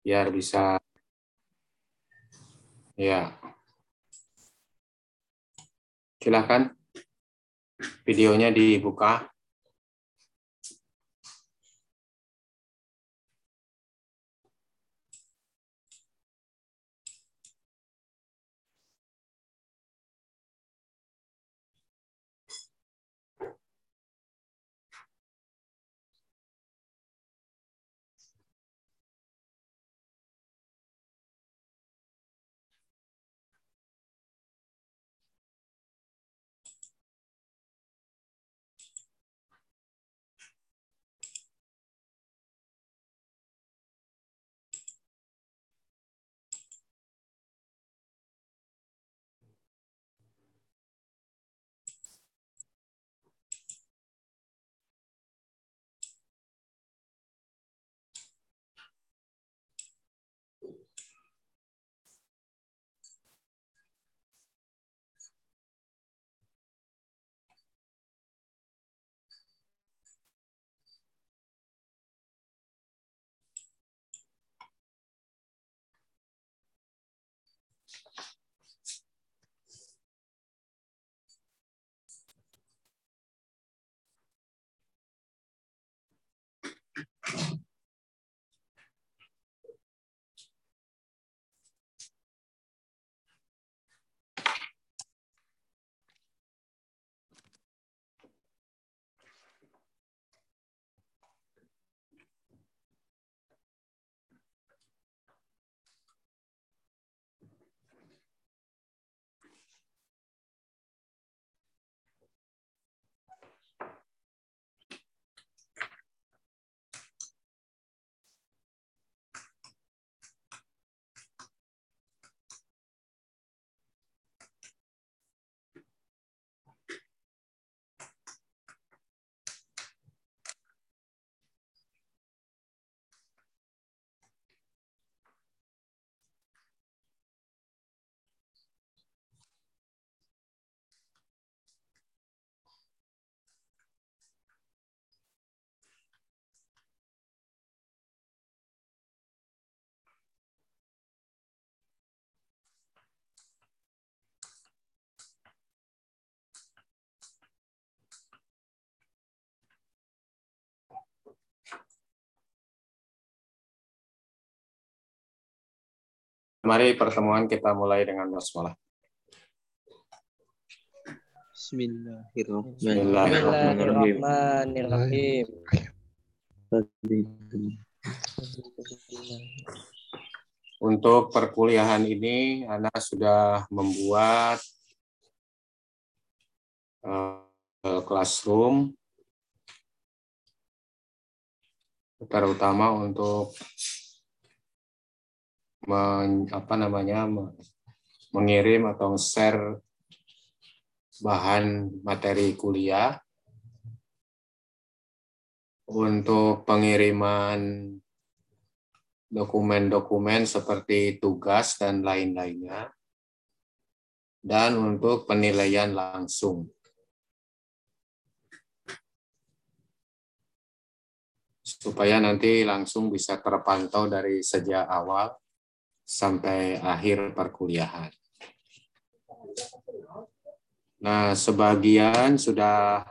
biar bisa ya. Silakan videonya dibuka. Mari pertemuan kita mulai dengan basmalah. Bismillahirrahmanirrahim. Untuk perkuliahan ini, Anda sudah membuat classroom, terutama untuk mengirim atau share bahan materi kuliah. Untuk pengiriman dokumen-dokumen seperti tugas dan lain-lainnya, dan untuk penilaian langsung. Supaya nanti langsung bisa terpantau dari sejak awal sampai akhir perkuliahan. Nah, sebagian sudah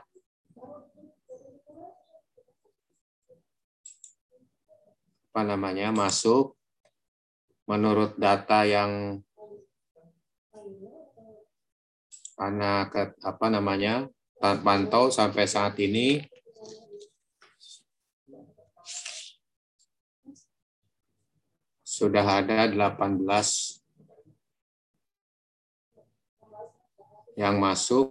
masuk menurut data yang pantau sampai saat ini. Sudah ada 18 yang masuk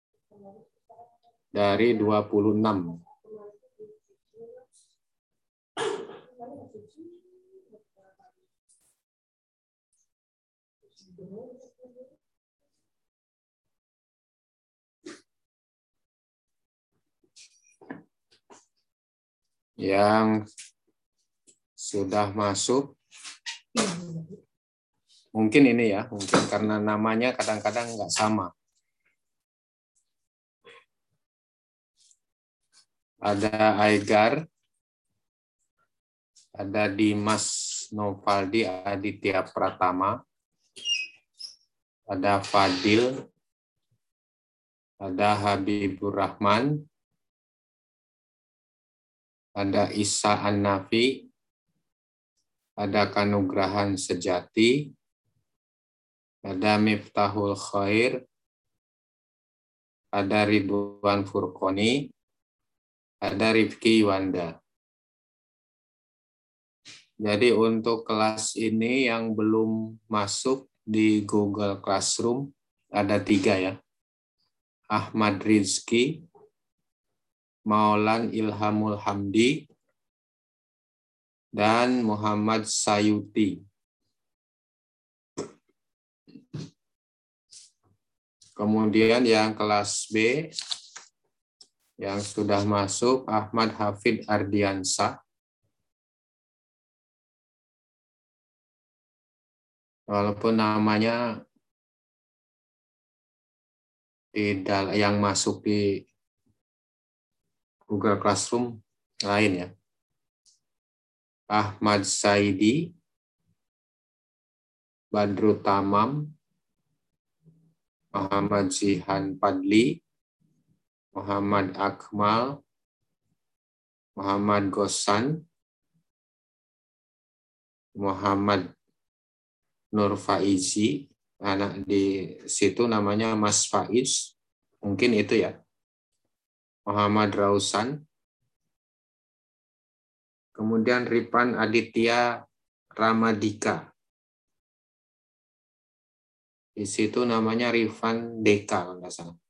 dari 26. Yang sudah masuk, mungkin ini ya, mungkin karena namanya kadang-kadang nggak sama. Ada Aigar, ada Dimas Novaldi Aditya Pratama, ada Fadil, ada Habibur Rahman, ada Isa An-Nafi, ada Kanugrahan Sejati, ada Miftahul Khair, ada Ridwan Furqoni, ada Rifki Wanda. Jadi untuk kelas ini yang belum masuk di Google Classroom ada 3 ya. Ahmad Rizki, Maulan Ilhamul Hamdi, dan Muhammad Sayuti. Kemudian yang kelas B yang sudah masuk Ahmad Hafid Ardiansa. Walaupun namanya tidak yang masuk di Google Classroom lain ya. Ahmad Saidi, Badru Tamam, Muhammad Zihan Padli, Muhammad Akmal, Muhammad Gosan, Muhammad Nur Faizi, anak di situ namanya Mas Faiz, mungkin itu ya. Muhammad Rausan, kemudian Ripan Aditya Ramadika. Di situ namanya Rifan Deka kalau nggak salah.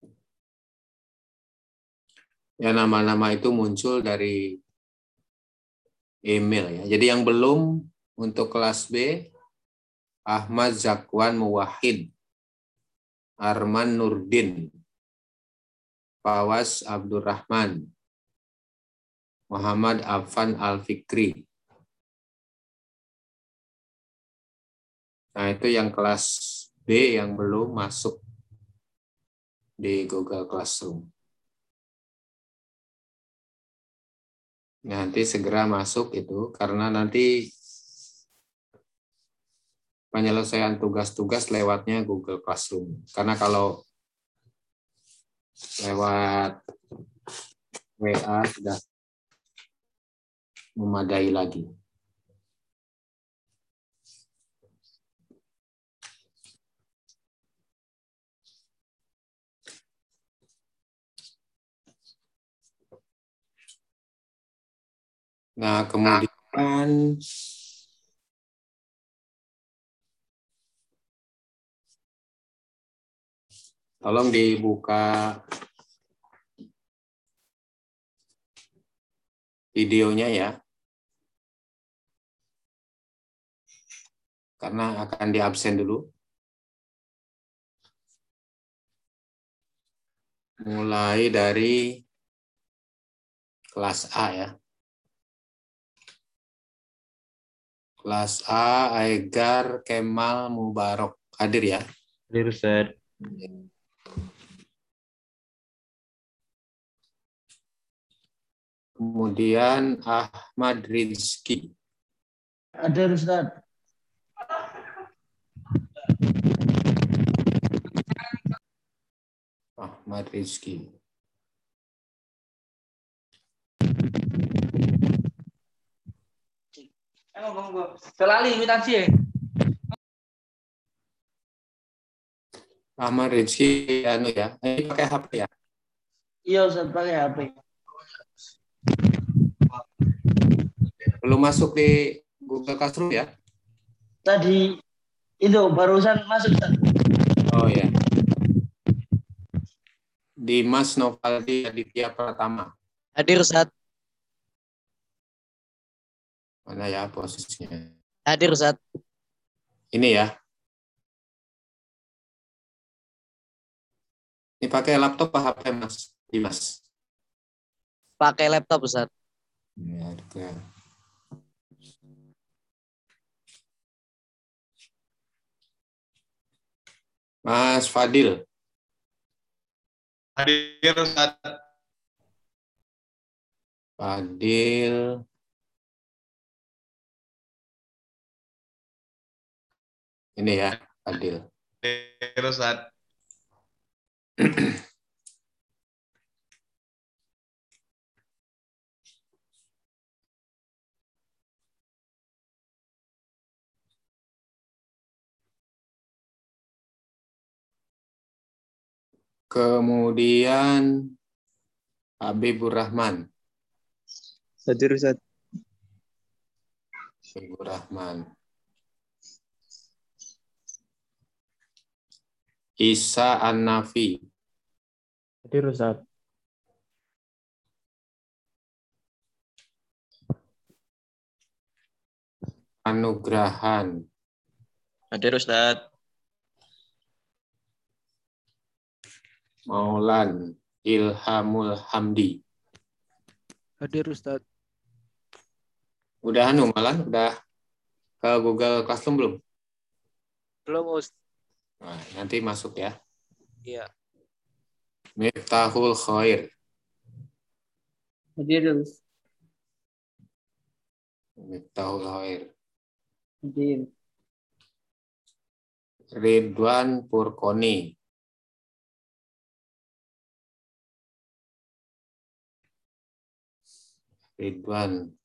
Ya nama-nama itu muncul dari email ya. Jadi yang belum untuk kelas B, Ahmad Zakwan Muwahhid, Arman Nurdin, Fawas Abdurrahman, Muhammad Afan Al-Fikri. Nah itu yang kelas B yang belum masuk di Google Classroom. Nanti segera masuk itu karena nanti penyelesaian tugas-tugas lewatnya Google Classroom. Karena kalau lewat WA sudah memadai lagi. Nah, kemudian tolong dibuka videonya ya. Karena akan diabsen dulu. Mulai dari kelas A ya. Kelas A, Aigar Kemal Mubarok. Hadir ya? Hadir, Ustaz. Kemudian Ahmad Rizki. Hadir, Ustaz. Ahmad Rizki. Selali imitasi ya. Ahmad Rizki anu ya. Ini pakai HP ya? Iya, Ustaz, pakai HP. Belum masuk di Google Classroom ya? Tadi itu barusan masuk, Ustaz. Oh ya. Dimas Novaldi Aditya Pratama. Hadir, Ustaz. Mana ya posisinya? Hadir, Ustaz. Ini ya. Ini pakai laptop apa HP, Mas? Dimas. Pakai laptop, Ustaz. Ya, oke. Mas Fadil. Hadir, Ustaz. Fadil. Ini ya, Adil. Hadir Ustaz. Kemudian Habibur Rahman. Hadir Ustaz. Habibur Rahman. Isa An-Nafi. Hadir Ustaz. Anugrahan. Hadir Ustaz. Maulan Ilhamul Hamdi. Hadir Ustaz. Udah Malan? Udah ke Google Classroom belum? Belum Ustaz. Nah, nanti masuk ya. Iya. Miftahul Khair. Hadir. Miftahul Khair. Hadir. Ridwan Purkoni. Ridwan.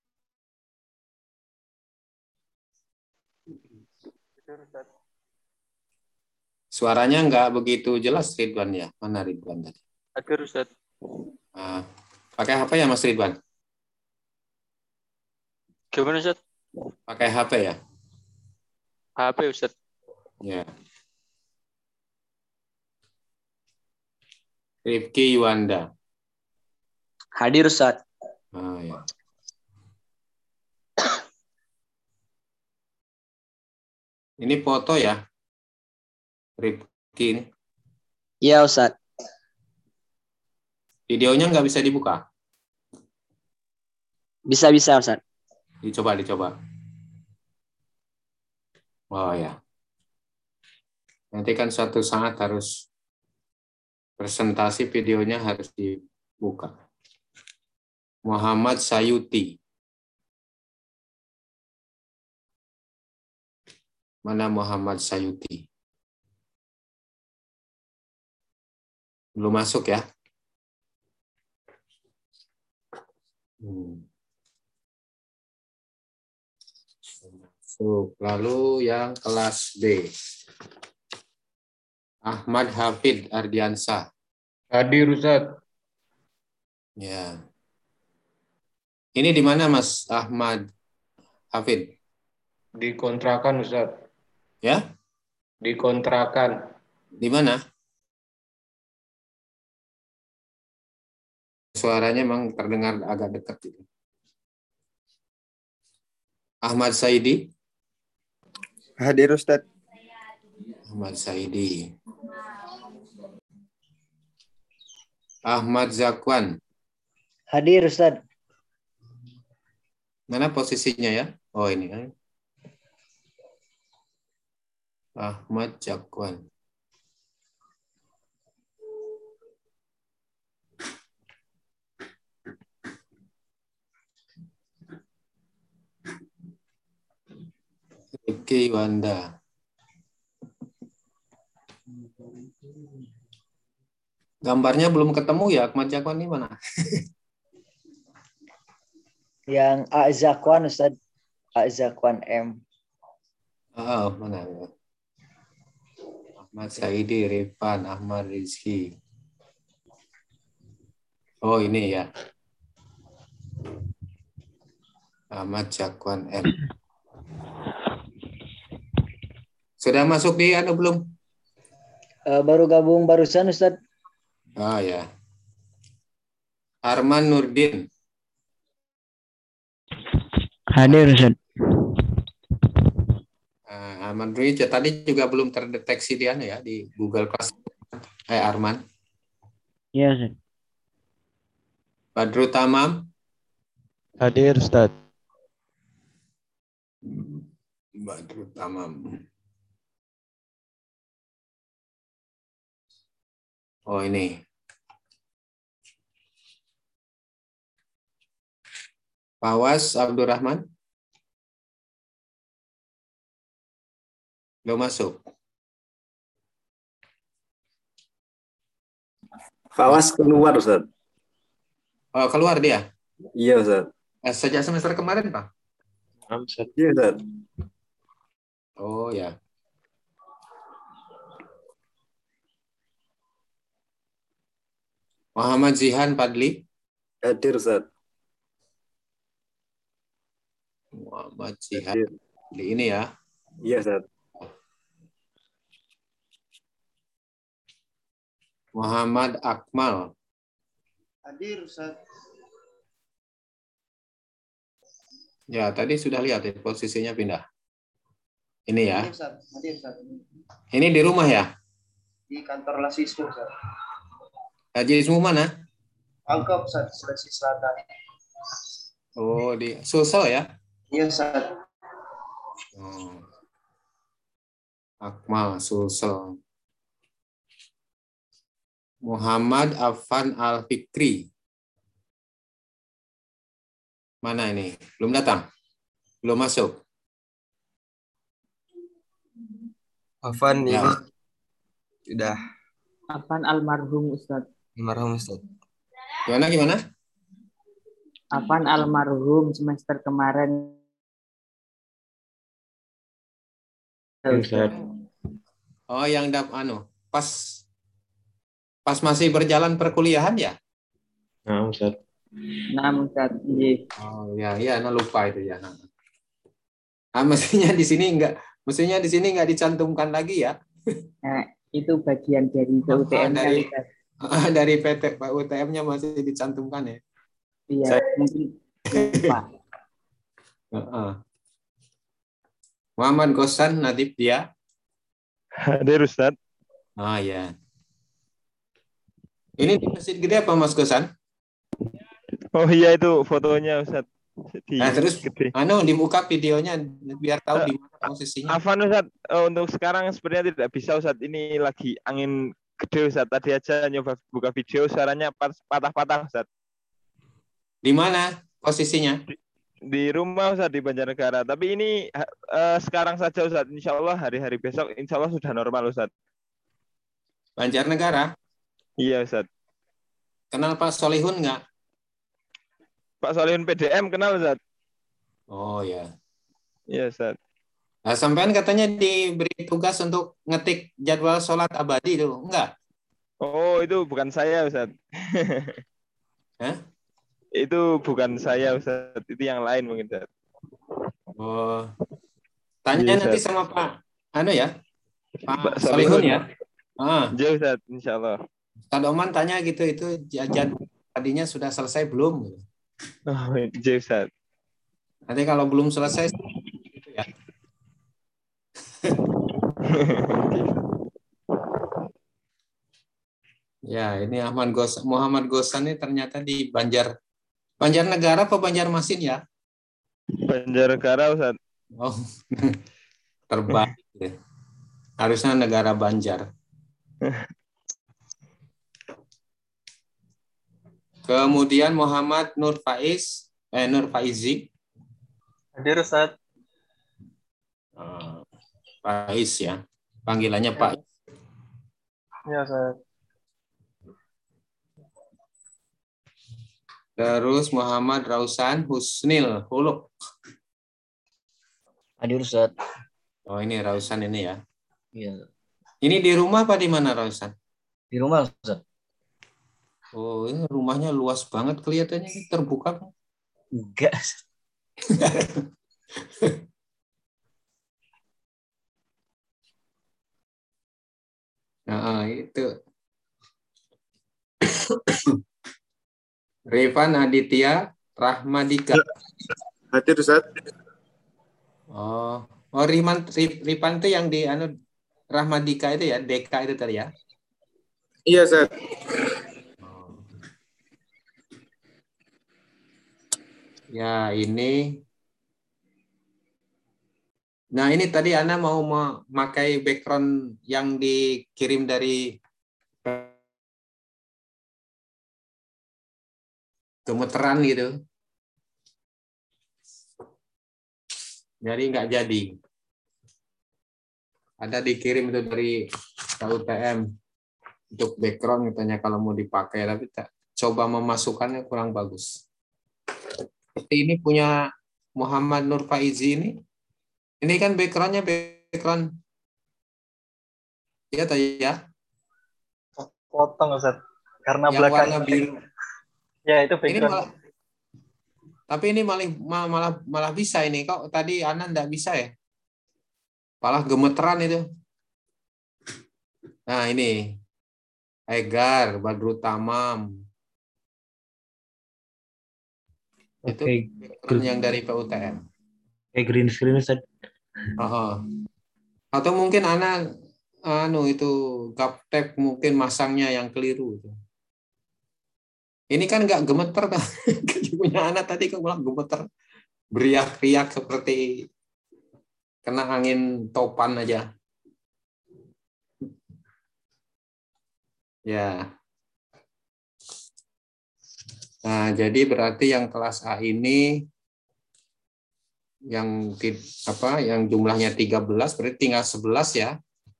Suaranya nggak begitu jelas Ridwan ya. Mana Ridwan tadi? Hadir Ustaz. Ah, pakai HP ya Mas Ridwan? Gimana Ustaz? Pakai HP ya? HP Ustaz. Ya. Rifki Yuanda. Hadir Ustaz. Ah, ya. Ini foto ya? Rifki ini. Iya Ustaz. Videonya nggak bisa dibuka? Bisa Ustaz. Dicoba. Oh ya. Nanti kan suatu saat harus presentasi videonya harus dibuka. Muhammad Sayuti. Mana Muhammad Sayuti? Belum masuk ya? Masuk. Lalu yang kelas B. Ahmad Hafid Ardiansah. Hadir Ustaz. Ya. Ini di mana Mas Ahmad Hafid? Dikontrakan Ustaz. Ya? Dikontrakan. Di mana? Suaranya memang terdengar agak dekat. Ahmad Saidi. Hadir Ustaz. Ahmad Saidi. Ahmad Zakwan. Hadir Ustaz. Mana posisinya ya? Oh ini. Ahmad Zakwan. Rifki Wanda. Gambarnya belum ketemu ya, Ahmad Zakwan ini mana? Yang A Zakwan Ustaz. A Zakwan M. Oh, mana? Ahmad Saidi, Rifan, Ahmad Rizki. Oh, ini ya. Ahmad Zakwan M. Sudah masuk di belum? Baru gabung barusan Ustaz. Oh ya. Arman Nurdin. Hadir Ustaz. Arman Nurdin tadi juga belum terdeteksi dia ya di Google Classroom. Arman. Iya Ustaz. Badru Tamam. Hadir Ustaz. Badru Tamam. Oh ini. Fawaz Abdurrahman. Belum masuk. Fawas keluar, Ustaz. Oh, keluar dia. Iya, Ustaz. Sejak semester kemarin, Pak? Iya, Ustaz. Oh, ya. Muhammad Zihan Padli. Hadir, Ustaz. Muhammad Zihan Hadir. Padli ini ya. Iya, Ustaz. Muhammad Akmal. Hadir, Ustaz. Ya, tadi sudah lihat ya, posisinya pindah. Ini ya. Hadir, Ustaz. Ini di rumah ya? Di kantor Lasismu, Ustaz. Hajiismu mana? Angkop, Ustaz, Sulawesi Selatan. Oh, di Sulsel ya? Iya, Ustaz. Oh. Akmal, Sulsel. Muhammad Afan Al-Fikri. Mana ini? Belum datang? Belum masuk? Afan Ya. ini sudah Afan almarhum Ustaz. almarhum Ustaz. Gimana? Afan almarhum semester kemarin. Ustaz. Oh, yang pas masih berjalan perkuliahan ya? Nah, Ustaz. Nah, Ustaz. Iya. Oh, ya, lupa itu ya. Mestinya di sini nggak dicantumkan lagi ya. Nah, itu bagian dari PUTM dari- Ustaz. Dari PT Pak UTM-nya masih dicantumkan ya. Iya, mungkin lupa. Muhammad Gosan Nadib dia. Hadir, Ustaz. Ah ya. Ini di Masjid Gede apa Mas Gosan? Oh iya, itu fotonya, Ustaz. Terus Gede. dibuka videonya biar tahu di mana posisinya. Afan, Ustaz, untuk sekarang sebenarnya tidak bisa, Ustaz. Ini lagi angin gede, Ustaz. Tadi aja nyoba buka video, suaranya patah-patah, Ustaz. Di mana posisinya? Di rumah, Ustaz, di Banjarnegara. Tapi ini sekarang saja, Ustaz. Insya Allah hari-hari besok, insya Allah sudah normal, Ustaz. Banjarnegara. Iya, Ustaz. Kenal Pak Solihun nggak? Pak Solihun PDM kenal, Ustaz? Oh ya. Iya, Ustaz. Nah, sampean katanya diberi tugas untuk ngetik jadwal sholat abadi itu, enggak? Oh, itu bukan saya, Ustaz. Hah? Itu bukan saya, Ustaz. Itu yang lain mungkin, Ustaz. Oh. Tanya Iya, nanti Ustaz. sama Pak Pak Solihun. Solihun ya. Iya, Ustaz, insya Allah. Ustaz Oman tanya gitu, itu jadwal tadinya sudah selesai belum? Oh, iya, Ustaz. Nanti kalau belum selesai gitu ya. Ya, ini Muhammad Gosan ini ternyata di Banjarnegara apa Banjarmasin ya? Banjarnegara, Ustaz. Oh, terbaik ya. Harusnya negara Banjar. Kemudian Muhammad Nur Faizi. Hadir, Ustaz. Faiz ya. Panggilannya Pak. Ya, Ustaz. Terus Muhammad Rausan Husnil Huluk. Hadir, Ustaz. Oh, ini Rausan ini ya. Iya. Ini di rumah apa di mana Rausan? Di rumah, Ustaz. Oh, ini rumahnya luas banget kelihatannya, ini terbuka. Enggak. Nah, itu. Rifan Aditya Rahmadika. Hadir, Ustaz. Oh, Rifan itu yang di Rahmadika itu ya, Deka itu tadi ya. Iya, Ustaz. Ya, ini. Nah, ini tadi Ana mau memakai background yang dikirim dari gemeteran gitu. Jadi nggak jadi. Ada dikirim itu dari KUTM untuk background katanya kalau mau dipakai, tapi tak coba memasukkannya kurang bagus. Ini punya Muhammad Nur Faizi ini. Ini kan backgroundnya background ya tadi ya. Potong Ustaz. Karena Yang warna belakangnya biru. ya itu Ini background. tapi ini malah bisa ini. Kok tadi Ana enggak bisa ya? Malah gemeteran itu. Nah, ini. Egar, Badrut Tamam. Itu background yang dari PUTM. Kayak green screen Ustaz. Atau mungkin Ana itu gaptek mungkin masangnya yang keliru. Ini kan nggak gemeter kan? Punya anak tadi kok malah gemeter, beriak-riak seperti kena angin topan aja. Ya. Nah, jadi berarti yang kelas A ini yang jumlahnya 13 berarti tinggal 11 ya.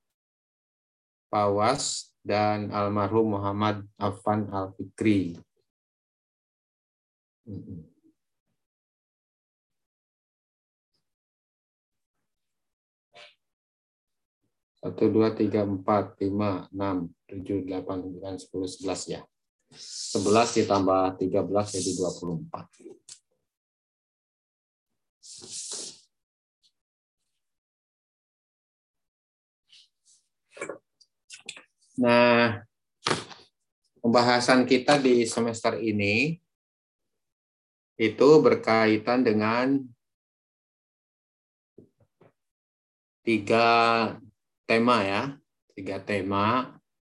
Pawas dan almarhum Muhammad Affan Al-Fikri. 1, 2, 3, 4, 5, 6, 7, 8, 9, 10, 11 ya. 11 ditambah 13 jadi 24. Nah, pembahasan kita di semester ini itu berkaitan dengan 3 tema ya. 3 tema.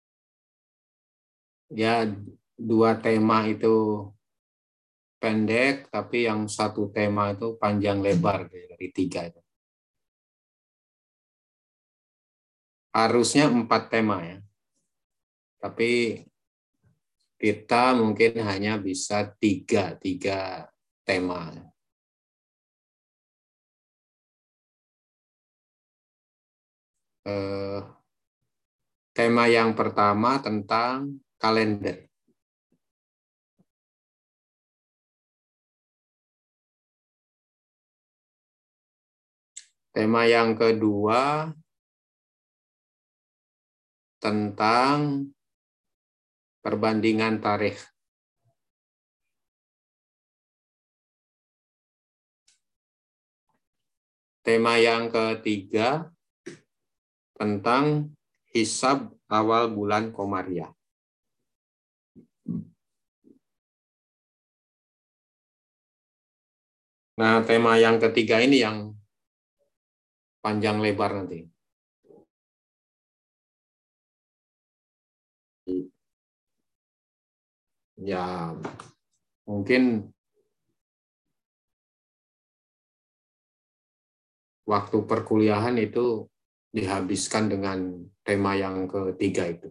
Ya, 2 tema itu pendek, tapi yang 1 tema itu panjang lebar dari 3 itu. Harusnya 4 tema ya. Tapi kita mungkin hanya bisa 3 tema. Tema yang pertama tentang kalender. Tema yang kedua tentang perbandingan tarikh. Tema yang ketiga tentang hisab awal bulan Komariah. Nah, tema yang ketiga ini yang panjang lebar nanti. Ya, mungkin waktu perkuliahan itu dihabiskan dengan tema yang ketiga itu.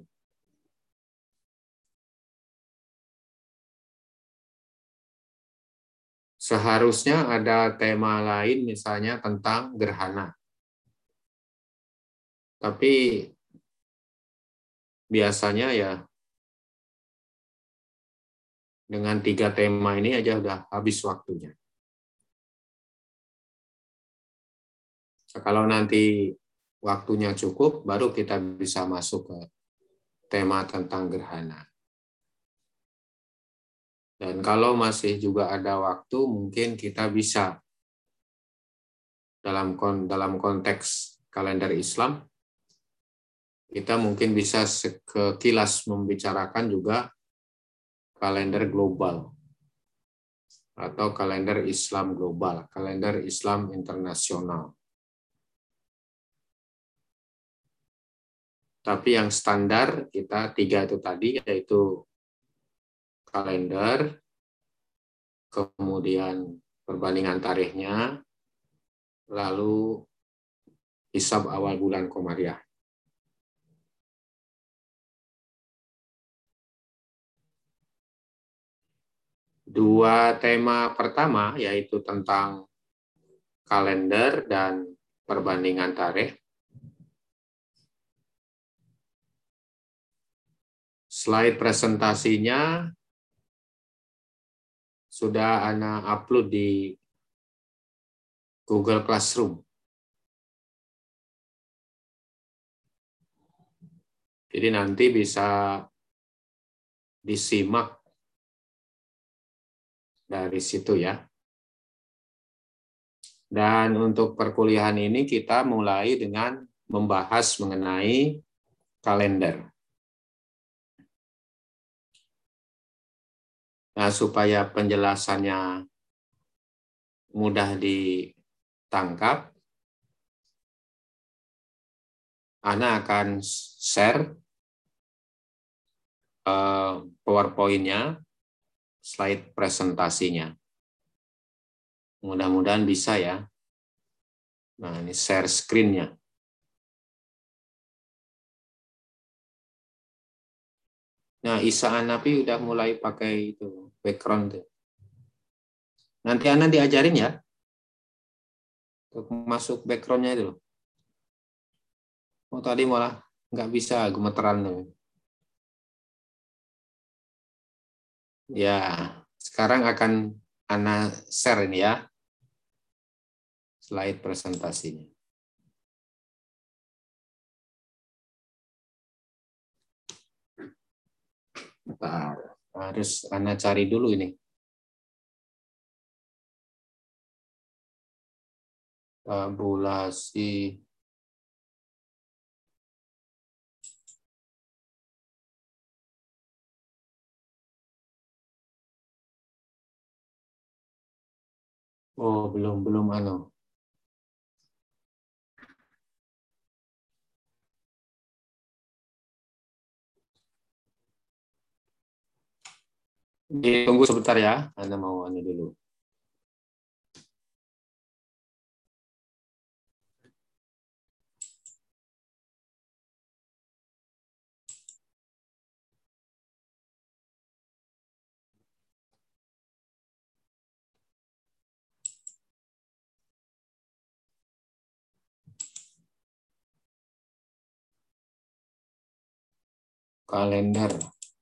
Seharusnya ada tema lain misalnya tentang gerhana. Tapi biasanya ya dengan 3 tema ini aja udah habis waktunya. Kalau nanti waktunya cukup, baru kita bisa masuk ke tema tentang gerhana. Dan kalau masih juga ada waktu, mungkin kita bisa dalam konteks kalender Islam, kita mungkin bisa sekilas membicarakan juga kalender global atau kalender Islam global, kalender Islam internasional. Tapi yang standar kita 3 itu tadi, yaitu kalender, kemudian perbandingan tarikhnya, lalu hisab awal bulan Komariah. Dua tema pertama, yaitu tentang kalender dan perbandingan tarikh, Slide presentasinya sudah Ana upload di Google Classroom. Jadi nanti bisa disimak dari situ ya. Dan untuk perkuliahan ini kita mulai dengan membahas mengenai kalender. Nah, supaya penjelasannya mudah ditangkap, Ana akan share PowerPoint-nya, slide presentasinya. Mudah-mudahan bisa ya. Nah, ini share screen-nya. Nah, Isa Anapi udah mulai pakai itu background tuh. Nanti Ana diajarin ya untuk masuk background-nya itu. Oh, tadi malah nggak bisa, gemeteran tuh. Ya, sekarang akan Ana share ini ya slide presentasinya. Bentar, harus Ana cari dulu ini. Tabulasi. Oh, belum anu. Ditunggu sebentar ya, Anda mau anu dulu. Kalender.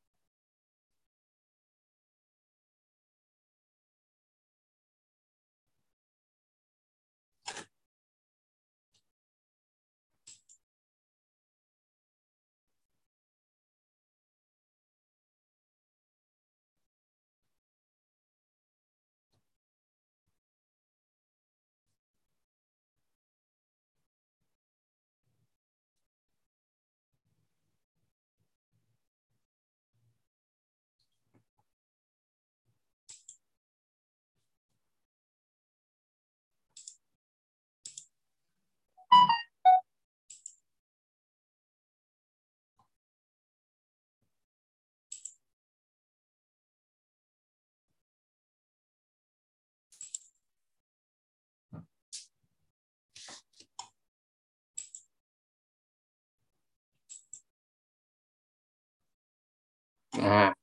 Nah,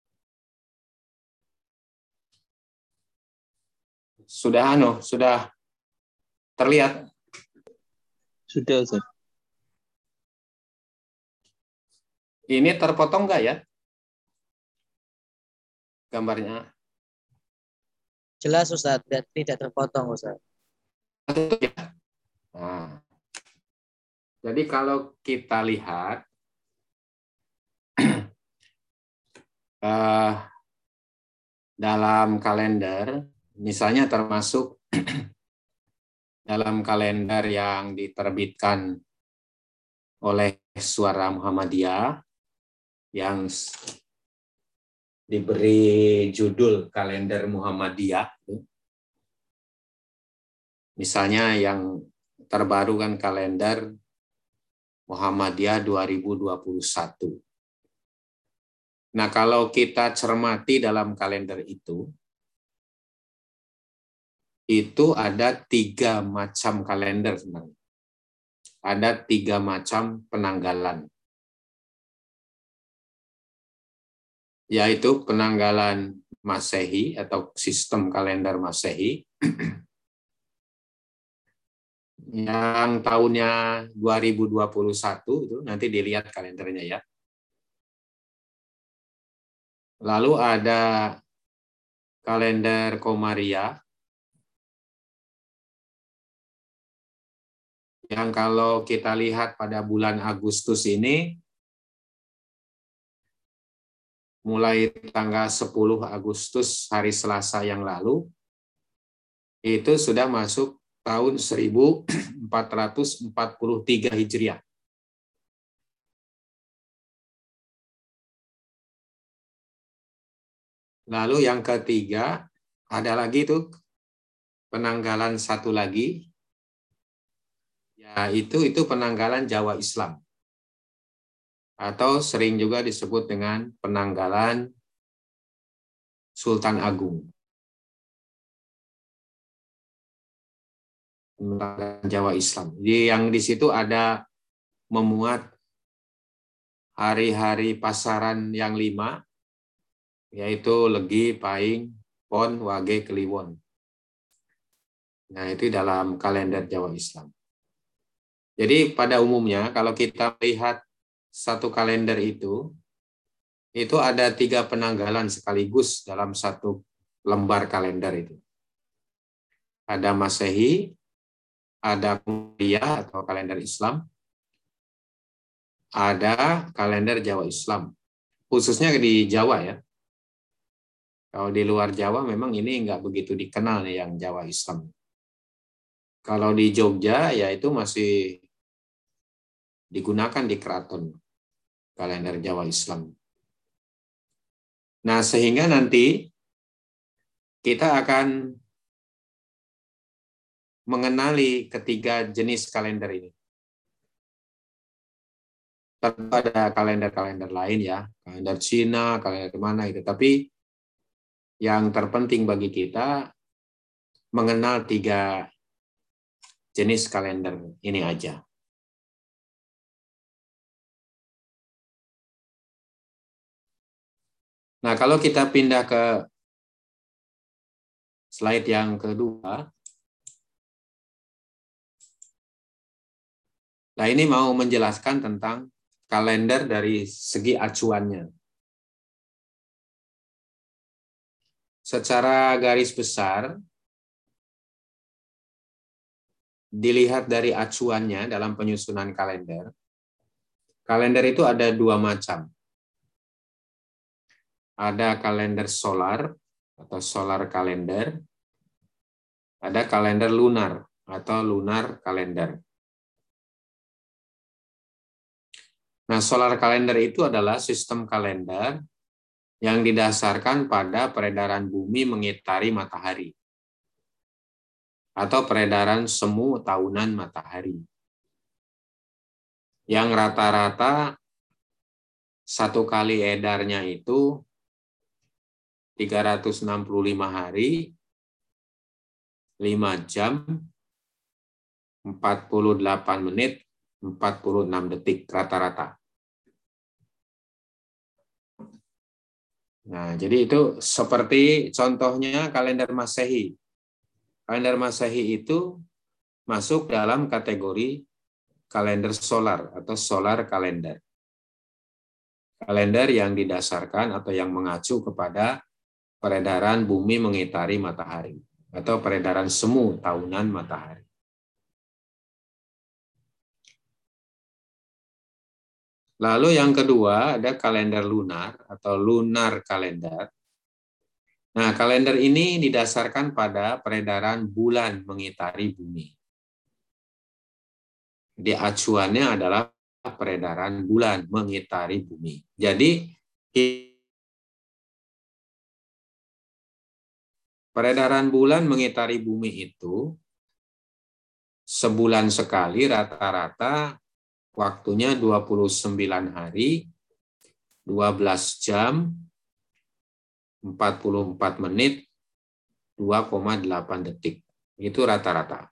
sudah terlihat? Sudah, Ustaz. Ini terpotong nggak ya? Gambarnya. Jelas Ustaz, tidak terpotong Ustaz. Nah, jadi kalau kita lihat dalam kalender, misalnya termasuk dalam kalender yang diterbitkan oleh Suara Muhammadiyah yang diberi judul kalender Muhammadiyah. Misalnya yang terbaru kan kalender Muhammadiyah 2021. Nah, kalau kita cermati dalam kalender itu ada 3 macam kalender sebenarnya. Ada 3 macam penanggalan. Yaitu penanggalan Masehi atau sistem kalender Masehi yang tahunnya 2021 itu nanti dilihat kalendernya ya. Lalu ada kalender Komaria yang kalau kita lihat pada bulan Agustus ini, mulai tanggal 10 Agustus hari Selasa yang lalu, itu sudah masuk tahun 1443 Hijriah. Lalu yang ketiga, ada lagi tuh penanggalan satu lagi, yaitu penanggalan Jawa Islam. Atau sering juga disebut dengan penanggalan Sultan Agung. Penanggalan Jawa Islam. Jadi yang di situ ada memuat hari-hari pasaran yang 5, yaitu Legi, Pahing, Pon, Wage, Kliwon. Nah, itu dalam kalender Jawa Islam. Jadi pada umumnya kalau kita lihat satu kalender itu ada 3 penanggalan sekaligus dalam satu lembar kalender itu. Ada Masehi, ada Komariah atau kalender Islam, ada kalender Jawa Islam. Khususnya di Jawa ya. Kalau di luar Jawa memang ini nggak begitu dikenal nih yang Jawa Islam. Kalau di Jogja ya itu masih digunakan di keraton kalender Jawa Islam. Nah, sehingga nanti kita akan mengenali ketiga jenis kalender ini. Tentu ada kalender-kalender lain ya, kalender Cina, kalender mana itu. Tapi yang terpenting bagi kita mengenal 3 jenis kalender ini aja. Nah, kalau kita pindah ke slide yang kedua, nah ini mau menjelaskan tentang kalender dari segi acuannya. Secara garis besar, dilihat dari acuannya dalam penyusunan kalender, kalender itu ada 2 macam. Ada kalender solar atau solar kalender, ada kalender lunar atau lunar kalender. Nah, solar kalender itu adalah sistem kalender yang didasarkan pada peredaran bumi mengitari matahari atau peredaran semu tahunan matahari. Yang rata-rata 1 kali edarnya itu 365 hari, 5 jam, 48 menit, 46 detik rata-rata. Nah, jadi itu seperti contohnya kalender Masehi. Kalender Masehi itu masuk dalam kategori kalender solar atau solar kalender. Kalender yang didasarkan atau yang mengacu kepada peredaran bumi mengitari matahari atau peredaran semu tahunan matahari. Lalu yang kedua ada kalender lunar atau lunar kalender. Nah, kalender ini didasarkan pada peredaran bulan mengitari bumi. Di acuannya adalah peredaran bulan mengitari bumi. Jadi peredaran bulan mengitari bumi itu sebulan sekali rata-rata waktunya 29 hari, 12 jam, 44 menit, 2,8 detik. Itu rata-rata.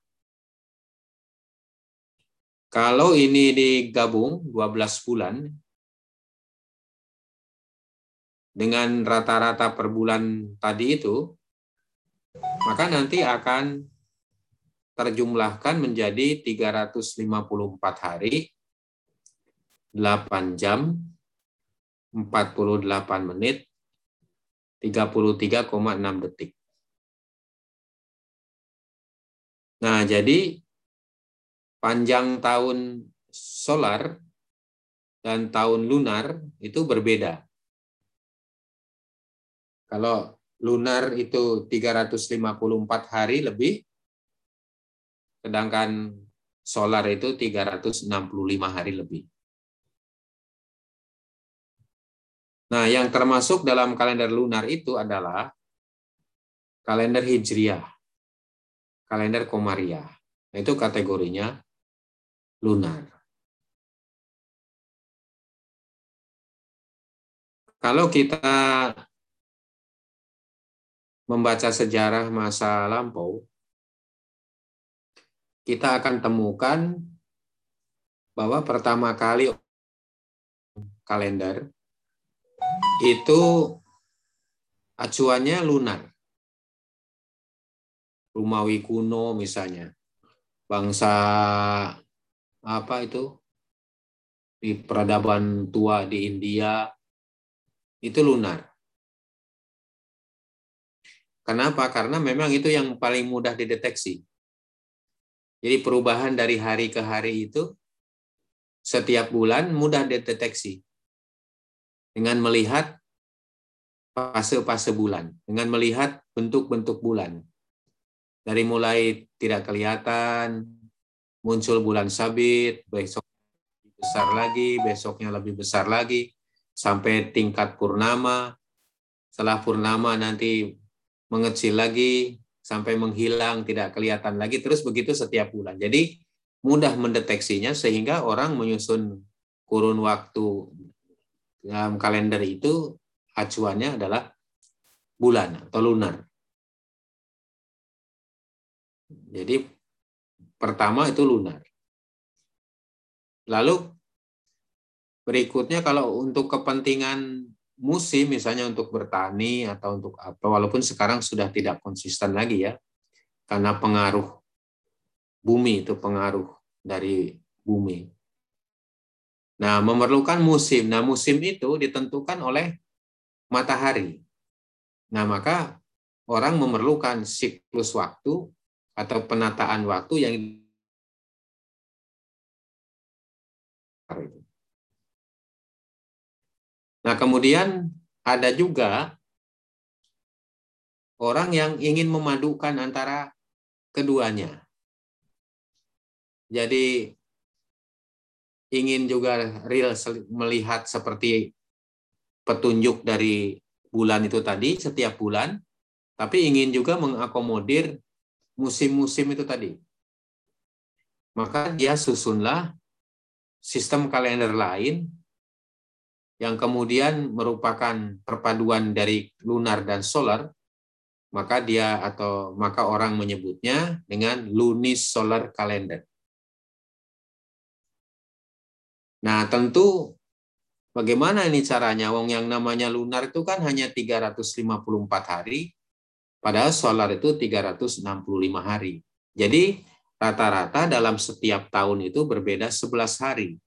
Kalau ini digabung 12 bulan, dengan rata-rata per bulan tadi itu, maka nanti akan terjumlahkan menjadi 354 hari, 8 jam, 48 menit, 33,6 detik. Nah, jadi panjang tahun solar dan tahun lunar itu berbeda. Kalau lunar itu 354 hari lebih, sedangkan solar itu 365 hari lebih. Nah, yang termasuk dalam kalender lunar itu adalah kalender Hijriah, kalender Komariah. Nah, itu kategorinya lunar. Kalau kita membaca sejarah masa lampau, kita akan temukan bahwa pertama kali kalender itu acuannya lunar. Romawi kuno misalnya, bangsa apa itu di peradaban tua di India itu lunar. Kenapa? Karena memang itu yang paling mudah dideteksi. Jadi perubahan dari hari ke hari itu setiap bulan mudah dideteksi dengan melihat fase-fase bulan, dengan melihat bentuk-bentuk bulan. Dari mulai tidak kelihatan, muncul bulan sabit, besok lebih besar lagi, besoknya lebih besar lagi, sampai tingkat purnama. Setelah purnama nanti mengecil lagi, sampai menghilang, tidak kelihatan lagi, terus begitu setiap bulan. Jadi mudah mendeteksinya sehingga orang menyusun kurun waktu dalam kalender itu acuannya adalah bulan atau lunar. Jadi pertama itu lunar. Lalu berikutnya kalau untuk kepentingan musim, misalnya untuk bertani atau untuk apa, walaupun sekarang sudah tidak konsisten lagi ya, karena pengaruh bumi, itu pengaruh dari bumi. Nah, memerlukan musim. Nah, musim itu ditentukan oleh matahari. Nah, maka orang memerlukan siklus waktu atau penataan waktu yang Nah, kemudian ada juga orang yang ingin memadukan antara keduanya. Jadi ingin juga real melihat seperti petunjuk dari bulan itu tadi setiap bulan, tapi ingin juga mengakomodir musim-musim itu tadi. Maka dia susunlah sistem kalender lain yang kemudian merupakan perpaduan dari lunar dan solar, maka orang menyebutnya dengan lunisolar calendar. Nah, tentu bagaimana ini caranya? Wong yang namanya lunar itu kan hanya 354 hari, padahal solar itu 365 hari. Jadi rata-rata dalam setiap tahun itu berbeda 11 hari.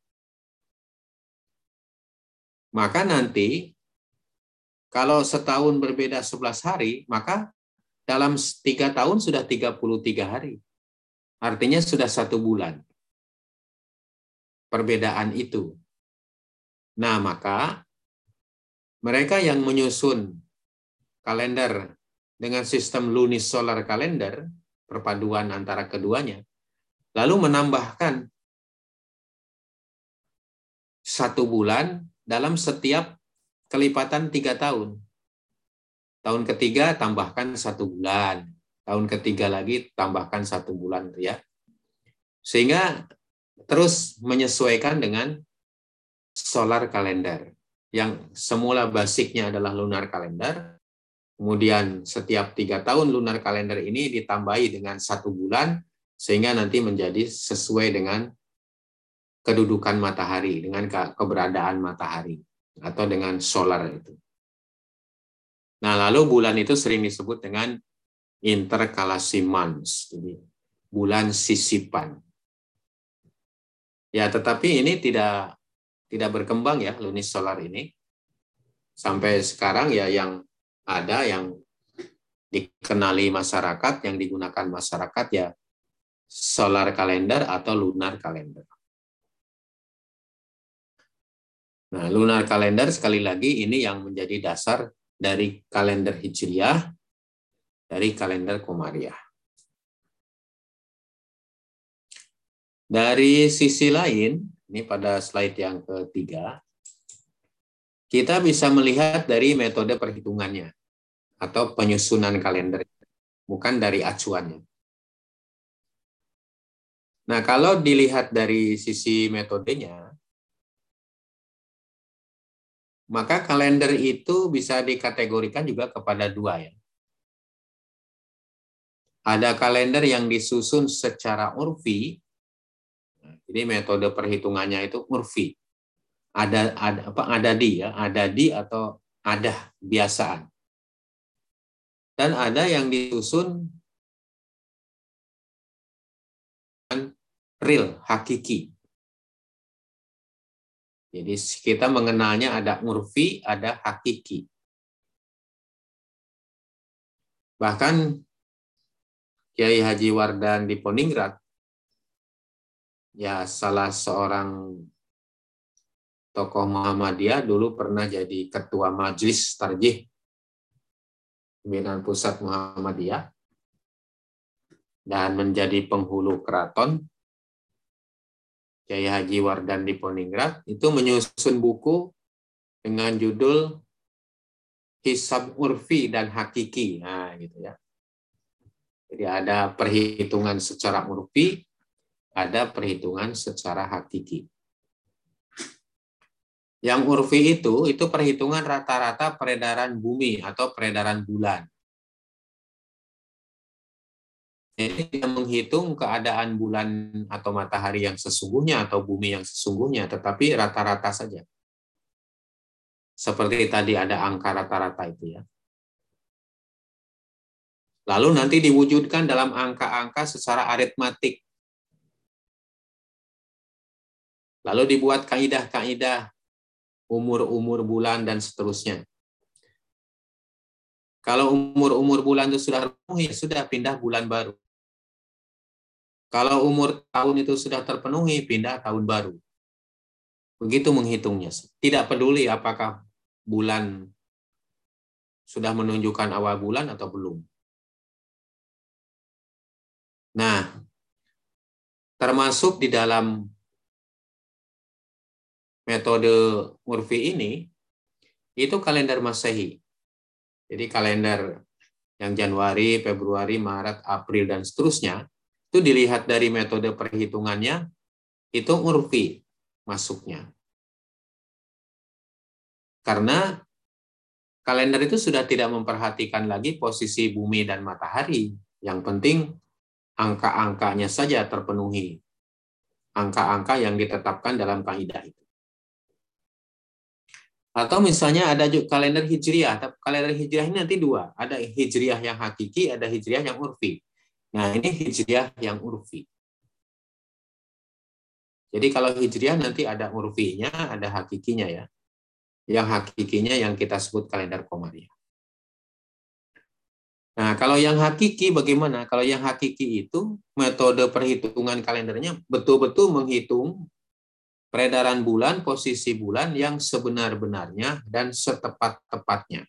Maka nanti kalau setahun berbeda 11 hari, maka dalam 3 tahun sudah 33 hari. Artinya sudah 1 bulan. Perbedaan itu. Nah, maka mereka yang menyusun kalender dengan sistem lunisolar calendar, perpaduan antara keduanya, lalu menambahkan 1 bulan dalam setiap kelipatan 3 tahun. Tahun ketiga tambahkan 1 bulan. Tahun ketiga lagi tambahkan 1 bulan. Ya. Sehingga terus menyesuaikan dengan solar calendar. Yang semula basicnya adalah lunar calendar. Kemudian setiap 3 tahun lunar calendar ini ditambahi dengan 1 bulan. Sehingga nanti menjadi sesuai dengan kedudukan matahari, dengan keberadaan matahari, atau dengan solar itu. Nah, lalu bulan itu sering disebut dengan intercalation months, jadi bulan sisipan. Ya, tetapi ini tidak berkembang ya lunisolar ini. Sampai sekarang ya yang ada yang dikenali masyarakat, yang digunakan masyarakat ya solar kalender atau lunar kalender. Nah, lunar kalender sekali lagi ini yang menjadi dasar dari kalender Hijriah, dari kalender Komariah. Dari sisi lain, ini pada slide yang ketiga, kita bisa melihat dari metode perhitungannya atau penyusunan kalender, bukan dari acuannya. Nah, kalau dilihat dari sisi metodenya, maka kalender itu bisa dikategorikan juga kepada dua ya. Ada kalender yang disusun secara urfi, jadi metode perhitungannya itu urfi. Adadi ya, adadi atau adah biasaan. Dan ada yang disusun real, hakiki. Jadi kita mengenalnya ada urfi, ada hakiki. Bahkan Kiai Haji Wardan Diponingrat, ya salah seorang tokoh Muhammadiyah, dulu pernah jadi ketua Majelis Tarjih Pimpinan Pusat Muhammadiyah dan menjadi penghulu keraton. Kiai Haji Wardan Diponingrat itu menyusun buku dengan judul Hisab Urfi dan Hakiki. Nah, gitu ya. Jadi ada perhitungan secara urfi, ada perhitungan secara hakiki. Yang urfi itu perhitungan rata-rata peredaran bumi atau peredaran bulan. Jadi tidak menghitung keadaan bulan atau matahari yang sesungguhnya atau bumi yang sesungguhnya, tetapi rata-rata saja. Seperti tadi ada angka rata-rata itu ya. Lalu nanti diwujudkan dalam angka-angka secara aritmatik. Lalu dibuat kaidah-kaidah umur-umur bulan dan seterusnya. Kalau umur-umur bulan itu sudah terpenuhi, sudah pindah bulan baru. Kalau umur tahun itu sudah terpenuhi, pindah tahun baru. Begitu menghitungnya. Tidak peduli apakah bulan sudah menunjukkan awal bulan atau belum. Nah, termasuk di dalam metode urfi ini, itu kalender Masehi. Jadi kalender yang Januari, Februari, Maret, April, dan seterusnya, itu dilihat dari metode perhitungannya, itu urfi masuknya. Karena kalender itu sudah tidak memperhatikan lagi posisi bumi dan matahari. Yang penting angka-angkanya saja terpenuhi. Angka-angka yang ditetapkan dalam kaidah itu. Atau misalnya ada juga kalender Hijriah. Kalender Hijriah ini nanti dua. Ada Hijriah yang hakiki, ada Hijriah yang urfi. Nah, ini Hijriah yang urfi. Jadi kalau Hijriah nanti ada urfinya, ada hakikinya ya. Yang hakikinya yang kita sebut kalender Komariah. Nah, kalau yang hakiki bagaimana? Kalau yang hakiki itu metode perhitungan kalendernya betul-betul menghitung peredaran bulan, posisi bulan yang sebenar-benarnya dan setepat-tepatnya.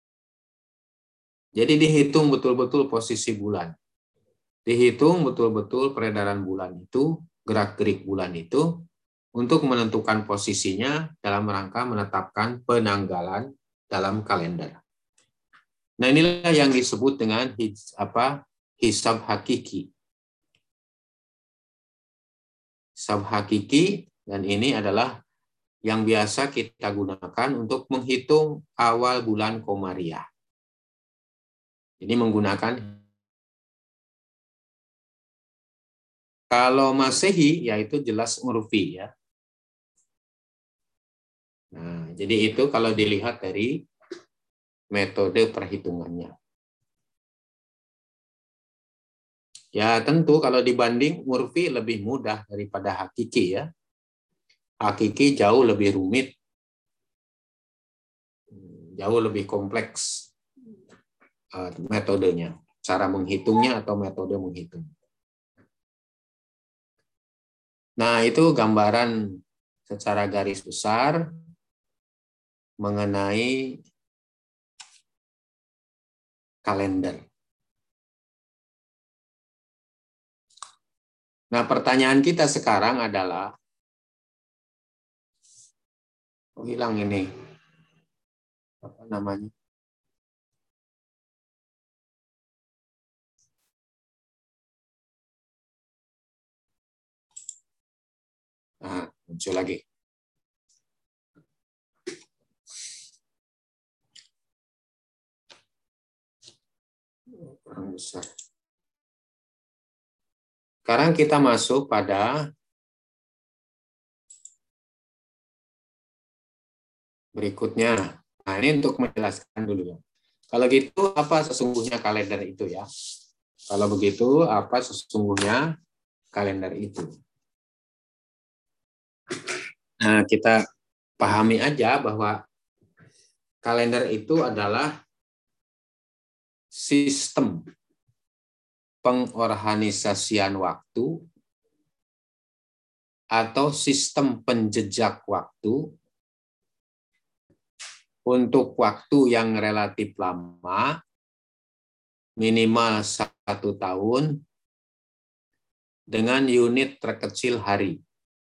Jadi dihitung betul-betul posisi bulan. Dihitung betul-betul peredaran bulan itu, gerak-gerik bulan itu, untuk menentukan posisinya dalam rangka menetapkan penanggalan dalam kalender. Nah, inilah yang disebut dengan hisab hakiki. Hisab hakiki, dan ini adalah yang biasa kita gunakan untuk menghitung awal bulan Komariah. Ini menggunakan, kalau Masehi yaitu jelas urfi ya. Nah, jadi itu kalau dilihat dari metode perhitungannya. Ya tentu kalau dibanding urfi lebih mudah daripada hakiki ya. Hakiki jauh lebih rumit, jauh lebih kompleks. metodenya, cara menghitungnya atau metode menghitung. Nah, itu gambaran secara garis besar mengenai kalender. Nah, pertanyaan kita sekarang adalah, hilang ini, apa namanya? Nah, muncul lagi. Kurang besar. Sekarang kita masuk pada berikutnya. Nah, ini untuk menjelaskan dulu ya. Kalau gitu, apa sesungguhnya kalender itu ya? Kalau begitu, apa sesungguhnya kalender itu? Nah, kita pahami aja bahwa kalender itu adalah sistem pengorganisasian waktu atau sistem penjejak waktu untuk waktu yang relatif lama, minimal 1 tahun, dengan unit terkecil hari.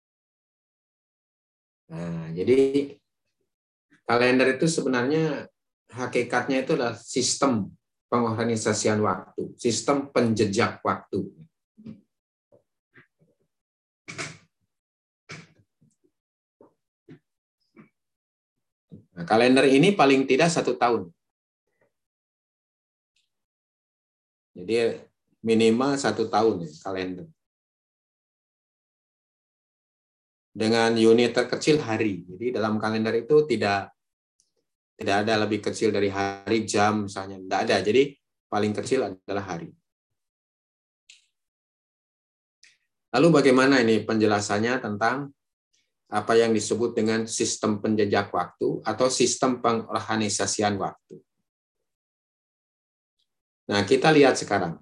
Nah, jadi kalender itu sebenarnya hakikatnya itu adalah sistem pengorganisasian waktu, sistem penjejak waktu. Nah, kalender ini paling tidak 1 tahun. Jadi minimal 1 tahun ya, kalender. Dengan unit terkecil hari. Jadi dalam kalender itu tidak ada lebih kecil dari hari, jam misalnya. Tidak ada. Jadi paling kecil adalah hari. Lalu bagaimana ini penjelasannya tentang apa yang disebut dengan sistem penjejak waktu atau sistem pengorganisasian waktu. Nah, kita lihat sekarang.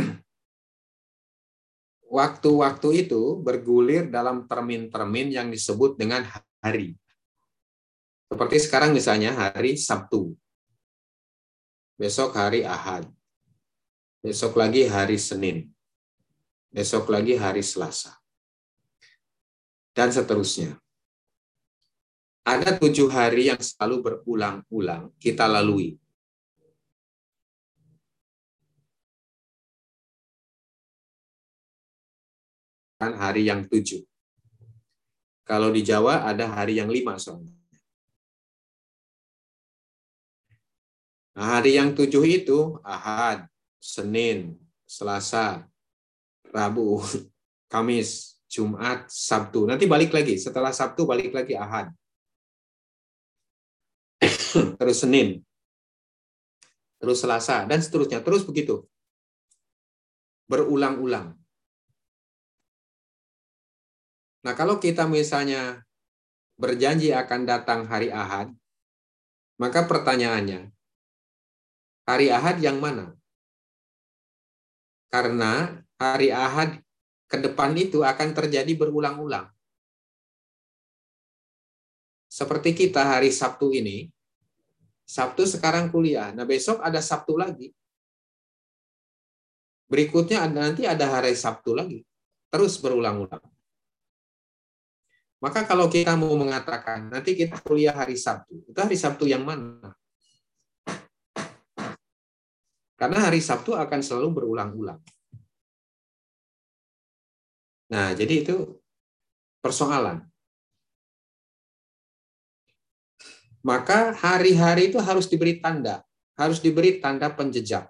Waktu-waktu itu bergulir dalam termin-termin yang disebut dengan hari. Seperti sekarang misalnya hari Sabtu. Besok hari Ahad. Besok lagi hari Senin. Besok lagi hari Selasa. Dan seterusnya. Ada 7 hari yang selalu berulang-ulang kita lalui. Hari yang 7. Kalau di Jawa ada hari yang 5 soalnya. Nah, hari yang 7 itu Ahad, Senin, Selasa, Rabu, Kamis, Jumat, Sabtu. Nanti balik lagi. Setelah Sabtu balik lagi Ahad. Terus Senin. Terus Selasa. Dan seterusnya. Terus begitu. Berulang-ulang. Nah, kalau kita misalnya berjanji akan datang hari Ahad, maka pertanyaannya, hari Ahad yang mana? Karena hari Ahad ke depan itu akan terjadi berulang-ulang. Seperti kita hari Sabtu ini, Sabtu sekarang kuliah. Nah, besok ada Sabtu lagi. Berikutnya nanti ada hari Sabtu lagi. Terus berulang-ulang. Maka kalau kita mau mengatakan, nanti kita kuliah hari Sabtu, itu hari Sabtu yang mana? Karena hari Sabtu akan selalu berulang-ulang. Nah, jadi itu persoalan. Maka hari-hari itu harus diberi tanda. Harus diberi tanda penjejak.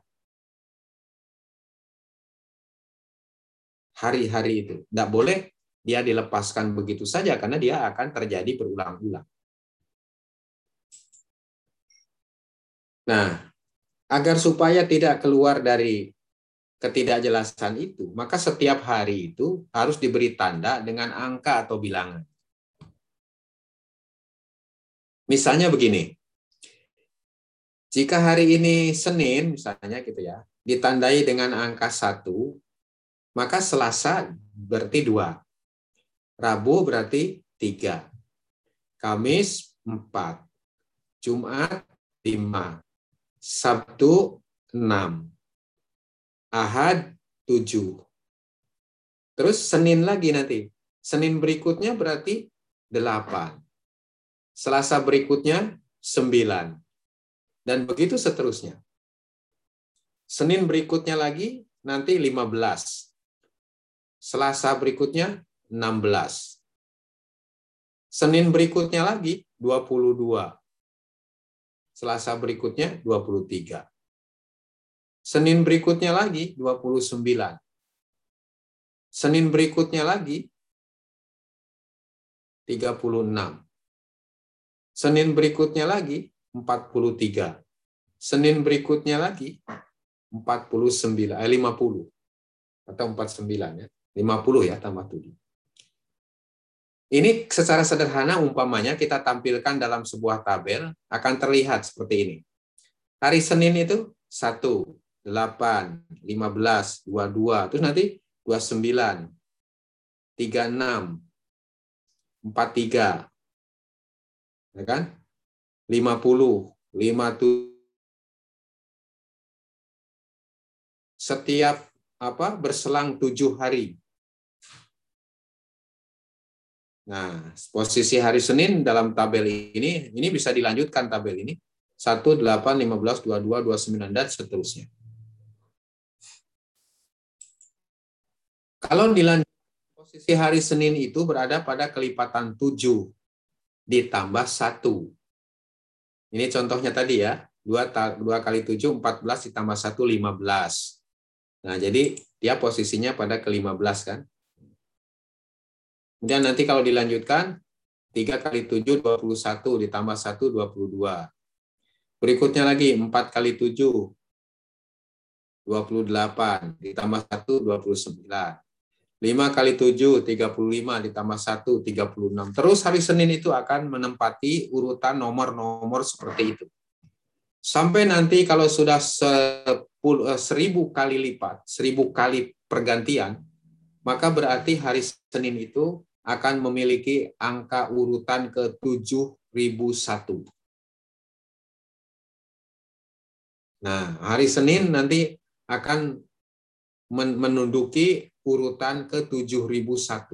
Hari-hari itu. Tidak boleh dia dilepaskan begitu saja karena dia akan terjadi berulang-ulang. Nah, agar supaya tidak keluar dari ketidakjelasan itu, maka setiap hari itu harus diberi tanda dengan angka atau bilangan. Misalnya begini, Jika hari ini Senin misalnya gitu ya, ditandai dengan angka 1, maka Selasa berarti 2. Rabu berarti 3. Kamis 4. Jumat 5. Sabtu 6. Ahad 7. Terus Senin lagi nanti. Senin berikutnya berarti 8. Selasa berikutnya 9. Dan begitu seterusnya. Senin berikutnya lagi nanti 15. Selasa berikutnya 16. Senin berikutnya lagi 22. Selasa berikutnya 23. Senin berikutnya lagi 29. Senin berikutnya lagi 36. Senin berikutnya lagi 43. Senin berikutnya lagi 50 atau 49 ya. 50 ya tambah 7. Ini secara sederhana umpamanya kita tampilkan dalam sebuah tabel akan terlihat seperti ini. Hari Senin itu 1, 8, 15, 22, terus nanti 29, 36, 43, ya kan? 50, 57. Setiap berselang 7 hari. Nah, posisi hari Senin dalam tabel ini bisa dilanjutkan tabel ini. 1, 8, 15, 22, 29, dan seterusnya. Kalau dilanjutkan, posisi hari Senin itu berada pada kelipatan 7 ditambah 1. Ini contohnya tadi ya. 2 kali 7, 14 ditambah 1, 15. Nah, jadi dia posisinya pada ke-15 kan. Kemudian nanti kalau dilanjutkan, 3 kali 7, 21, ditambah 1, 22. Berikutnya lagi, 4 kali 7, 28, ditambah 1, 29. 5 kali 7, 35, ditambah 1, 36. Terus hari Senin itu akan menempati urutan nomor-nomor seperti itu. Sampai nanti kalau sudah 1000 kali lipat, 1000 kali pergantian, maka berarti hari Senin itu akan memiliki angka urutan ke 7001. Nah, hari Senin nanti akan menduduki urutan ke 7001.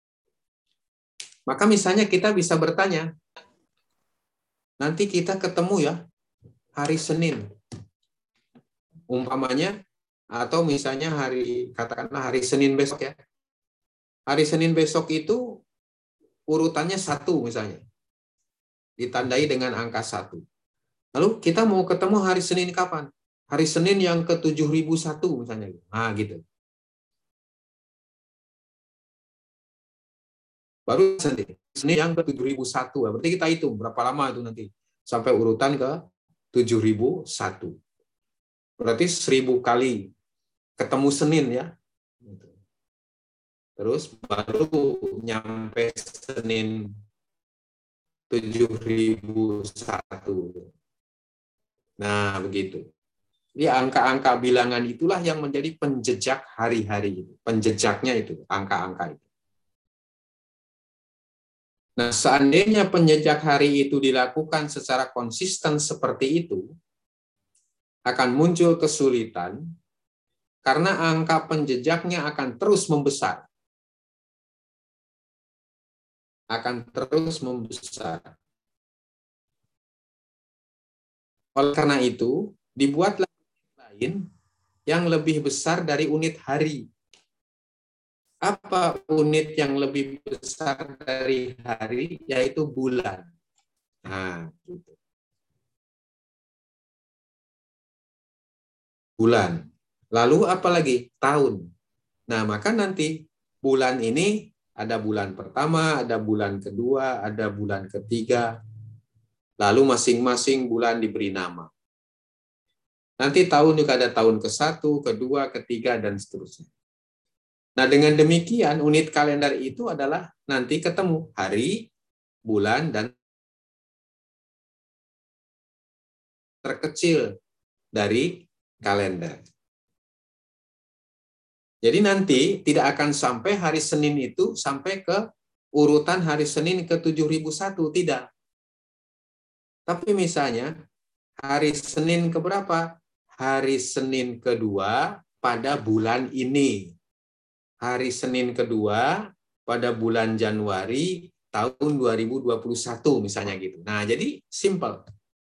Maka misalnya kita bisa bertanya, nanti kita ketemu ya hari Senin. Umpamanya, atau misalnya katakanlah hari Senin besok ya. Hari Senin besok itu urutannya 1 misalnya. Ditandai dengan angka 1. Lalu kita mau ketemu hari Senin kapan? Hari Senin yang ke 7001 misalnya. Nah, gitu. Baru Senin yang ke 7001. Berarti kita hitung berapa lama itu nanti sampai urutan ke 7001. Berarti 1000 kali ketemu Senin ya. Terus baru nyampe Senin 7001. Nah, begitu. Jadi angka-angka bilangan itulah yang menjadi penjejak hari-hari itu. Penjejaknya itu, angka-angka itu. Nah, seandainya penjejak hari itu dilakukan secara konsisten seperti itu, akan muncul kesulitan karena angka penjejaknya akan terus membesar. Akan terus membesar. Oleh karena itu, dibuatlah unit lain yang lebih besar dari unit hari. Apa unit yang lebih besar dari hari? Yaitu bulan. Nah, gitu. Bulan. Lalu apa lagi? Tahun. Nah, maka nanti bulan ini ada bulan pertama, ada bulan kedua, ada bulan ketiga. Lalu masing-masing bulan diberi nama. Nanti tahun juga ada tahun ke-1, kedua, ketiga, dan seterusnya. Nah, dengan demikian unit kalender itu adalah nanti ketemu hari, bulan, dan terkecil dari kalender. Jadi nanti tidak akan sampai hari Senin itu sampai ke urutan hari Senin ke 7001, tidak. Tapi misalnya hari Senin keberapa? Hari Senin kedua pada bulan ini. Hari Senin kedua pada bulan Januari tahun 2021 misalnya gitu. Nah, jadi simple.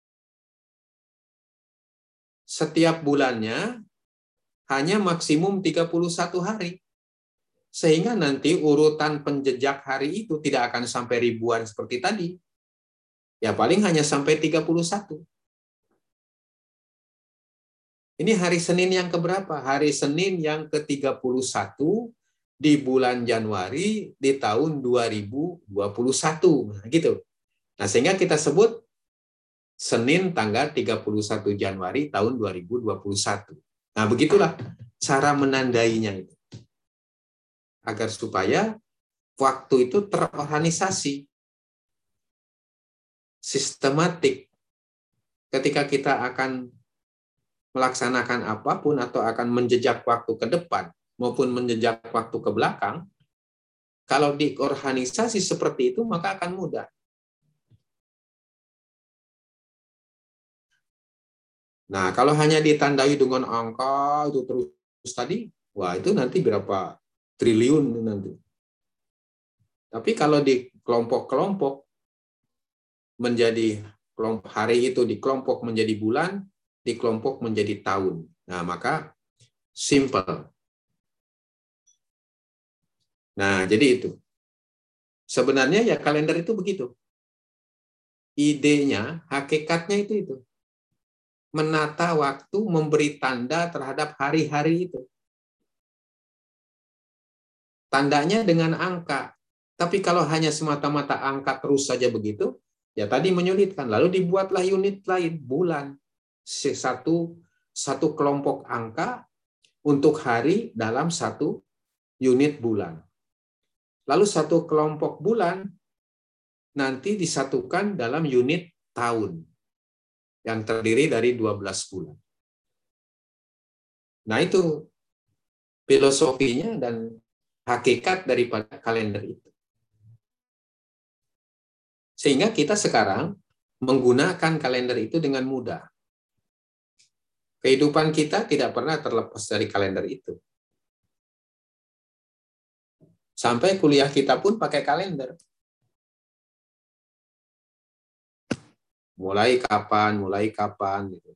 Setiap bulannya hanya maksimum 31 hari. Sehingga nanti urutan penjejak hari itu tidak akan sampai ribuan seperti tadi. Ya paling hanya sampai 31. Ini hari Senin yang keberapa? Hari Senin yang ke-31 di bulan Januari di tahun 2021. Nah, gitu. Nah, sehingga kita sebut Senin tanggal 31 Januari tahun 2021. Nah, begitulah cara menandainya itu. Agar supaya waktu itu terorganisasi, sistematik. Ketika kita akan melaksanakan apapun atau akan menjejak waktu ke depan maupun menjejak waktu ke belakang, kalau diorganisasi seperti itu maka akan mudah. Nah, kalau hanya ditandai dengan angka itu terus tadi, wah itu nanti berapa triliun nanti. Tapi kalau di kelompok-kelompok menjadi kelompok hari itu di kelompok menjadi bulan, di kelompok menjadi tahun. Nah, maka simple. Nah, jadi itu. Sebenarnya ya kalender itu begitu. Idenya, hakikatnya itu. Menata waktu, memberi tanda terhadap hari-hari itu. Tandanya dengan angka. Tapi kalau hanya semata-mata angka terus saja begitu, ya tadi menyulitkan. Lalu dibuatlah unit lain, bulan. Satu kelompok angka untuk hari dalam satu unit bulan. Lalu satu kelompok bulan nanti disatukan dalam unit tahun yang terdiri dari 12 bulan. Nah, itu filosofinya dan hakikat daripada kalender itu. Sehingga kita sekarang menggunakan kalender itu dengan mudah. Kehidupan kita tidak pernah terlepas dari kalender itu. Sampai kuliah kita pun pakai kalender. Mulai kapan gitu.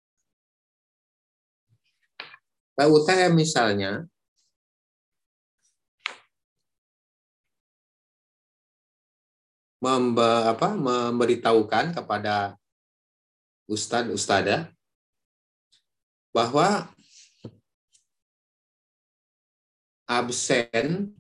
UTM misalnya memberitahukan kepada ustadz-ustadzah bahwa absen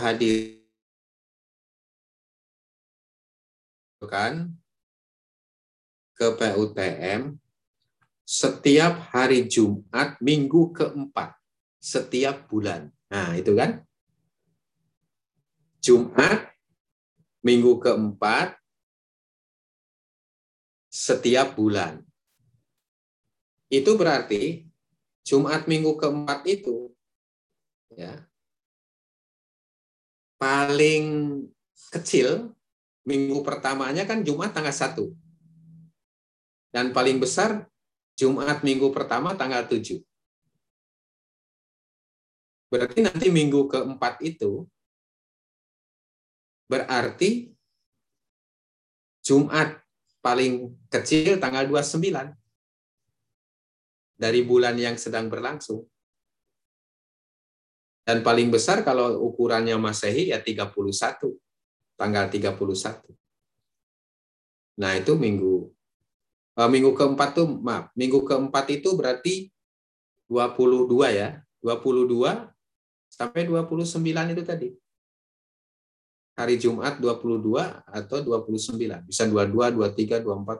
kehadiran ke PUTM setiap hari Jumat minggu keempat setiap bulan. Nah, itu kan. Jumat minggu keempat setiap bulan. Itu berarti Jumat minggu keempat itu ya paling kecil minggu pertamanya kan Jumat tanggal 1. Dan paling besar Jumat minggu pertama tanggal 7. Berarti nanti minggu keempat itu berarti Jumat paling kecil tanggal 29 dari bulan yang sedang berlangsung. Dan paling besar kalau ukurannya Masehi ya 31, tanggal 31. Nah, itu minggu keempat tuh, minggu keempat itu berarti 22 ya. 22 sampai 29 itu tadi. Hari Jumat 22 atau 29. Bisa 22, 23, 24.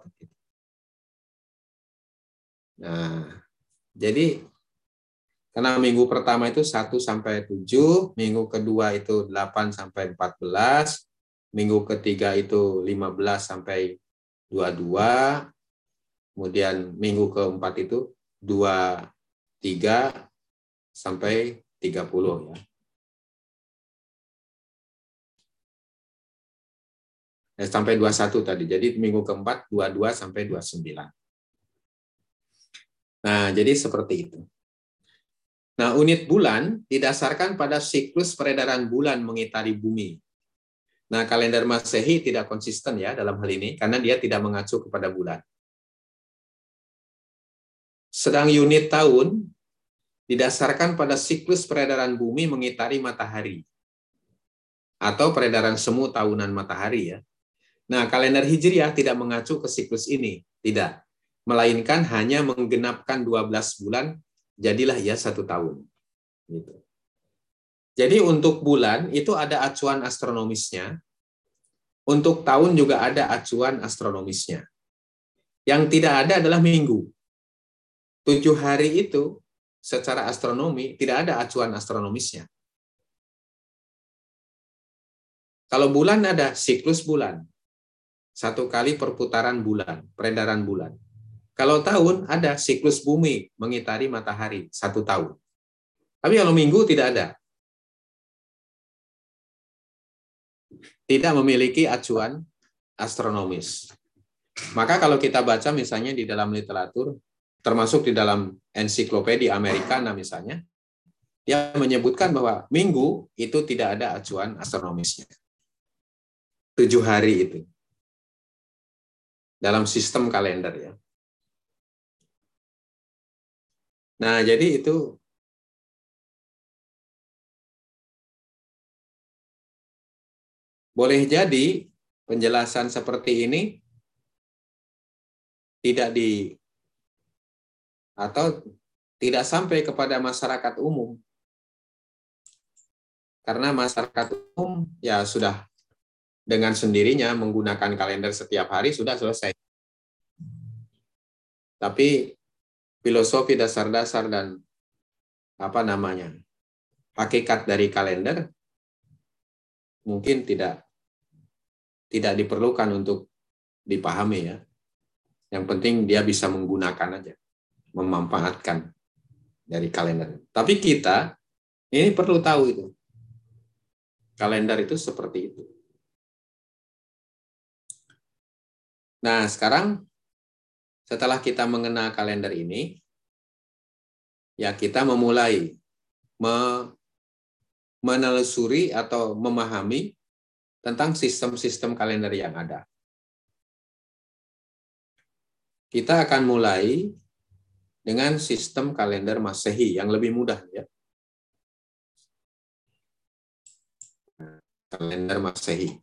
Nah, jadi karena minggu pertama itu 1 sampai 7, minggu kedua itu 8 sampai 14, minggu ketiga itu 15 sampai 22, Kemudian minggu keempat itu 23 sampai 30 ya. Sampai 21 tadi. Jadi minggu keempat 22 sampai 29. Nah, jadi seperti itu. Nah, unit bulan didasarkan pada siklus peredaran bulan mengitari bumi. Nah, kalender Masehi tidak konsisten ya dalam hal ini karena dia tidak mengacu kepada bulan. Sedang unit tahun didasarkan pada siklus peredaran bumi mengitari matahari atau peredaran semu tahunan matahari ya. Nah, kalender Hijriah tidak mengacu ke siklus ini, tidak. Melainkan hanya menggenapkan 12 bulan, jadilah ia 1 tahun. Gitu. Jadi untuk bulan itu ada acuan astronomisnya, untuk tahun juga ada acuan astronomisnya. Yang tidak ada adalah minggu. 7 hari itu secara astronomi tidak ada acuan astronomisnya. Kalau bulan ada siklus bulan. 1 kali perputaran bulan, peredaran bulan. Kalau tahun ada siklus bumi mengitari matahari 1 tahun. Tapi kalau minggu tidak ada. Tidak memiliki acuan astronomis. Maka kalau kita baca misalnya di dalam literatur, termasuk di dalam ensiklopedia Americana misalnya, dia menyebutkan bahwa minggu itu tidak ada acuan astronomisnya. 7 hari itu. Dalam sistem kalender ya. Nah, jadi itu boleh jadi penjelasan seperti ini tidak tidak sampai kepada masyarakat umum. Karena masyarakat umum ya sudah dengan sendirinya menggunakan kalender setiap hari sudah selesai. Tapi filosofi dasar-dasar dan hakikat dari kalender mungkin tidak diperlukan untuk dipahami ya. Yang penting dia bisa menggunakan aja, memanfaatkan dari kalender. Tapi kita ini perlu tahu itu. Kalender itu seperti itu. Nah, sekarang setelah kita mengenal kalender ini, ya kita memulai menelusuri atau memahami tentang sistem-sistem kalender yang ada. Kita akan mulai dengan sistem kalender Masehi yang lebih mudah ya. Kalender Masehi.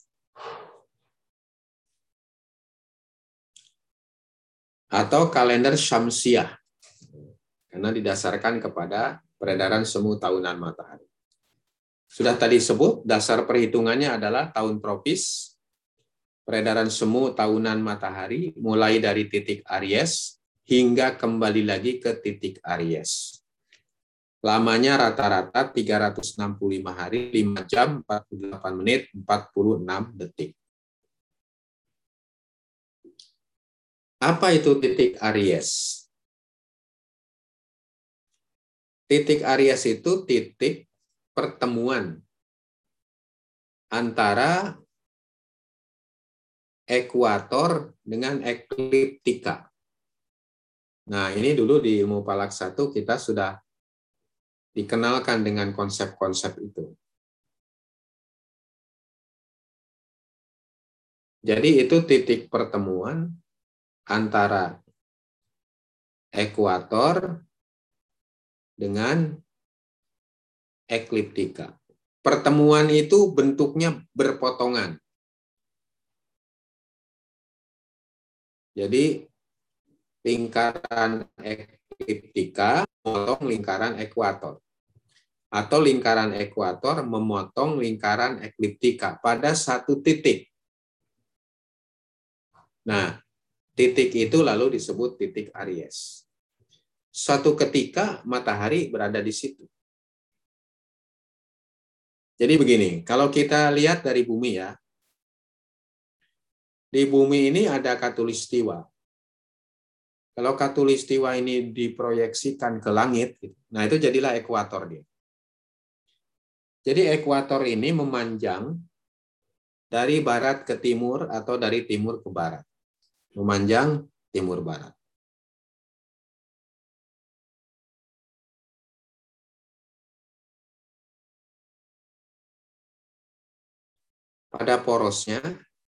Atau kalender Syamsiah, karena didasarkan kepada peredaran semu tahunan matahari. Sudah tadi sebut, dasar perhitungannya adalah tahun tropis, peredaran semu tahunan matahari, mulai dari titik Aries hingga kembali lagi ke titik Aries. Lamanya rata-rata 365 hari, 5 jam, 48 menit, 46 detik. Apa itu titik Aries? Titik Aries itu titik pertemuan antara ekuator dengan ekliptika. Nah, ini dulu di ilmu Palak 1 kita sudah dikenalkan dengan konsep-konsep itu. Jadi itu titik pertemuan antara ekuator dengan ekliptika. Pertemuan itu bentuknya berpotongan. Jadi lingkaran ekliptika memotong lingkaran ekuator. Atau lingkaran ekuator memotong lingkaran ekliptika pada satu titik. Nah, titik itu lalu disebut titik Aries. Suatu ketika matahari berada di situ. Jadi begini, kalau kita lihat dari bumi ya, di bumi ini ada khatulistiwa. Kalau khatulistiwa ini diproyeksikan ke langit, nah itu jadilah ekuator dia. Jadi ekuator ini memanjang dari barat ke timur atau dari timur ke barat. Memanjang timur barat. Pada porosnya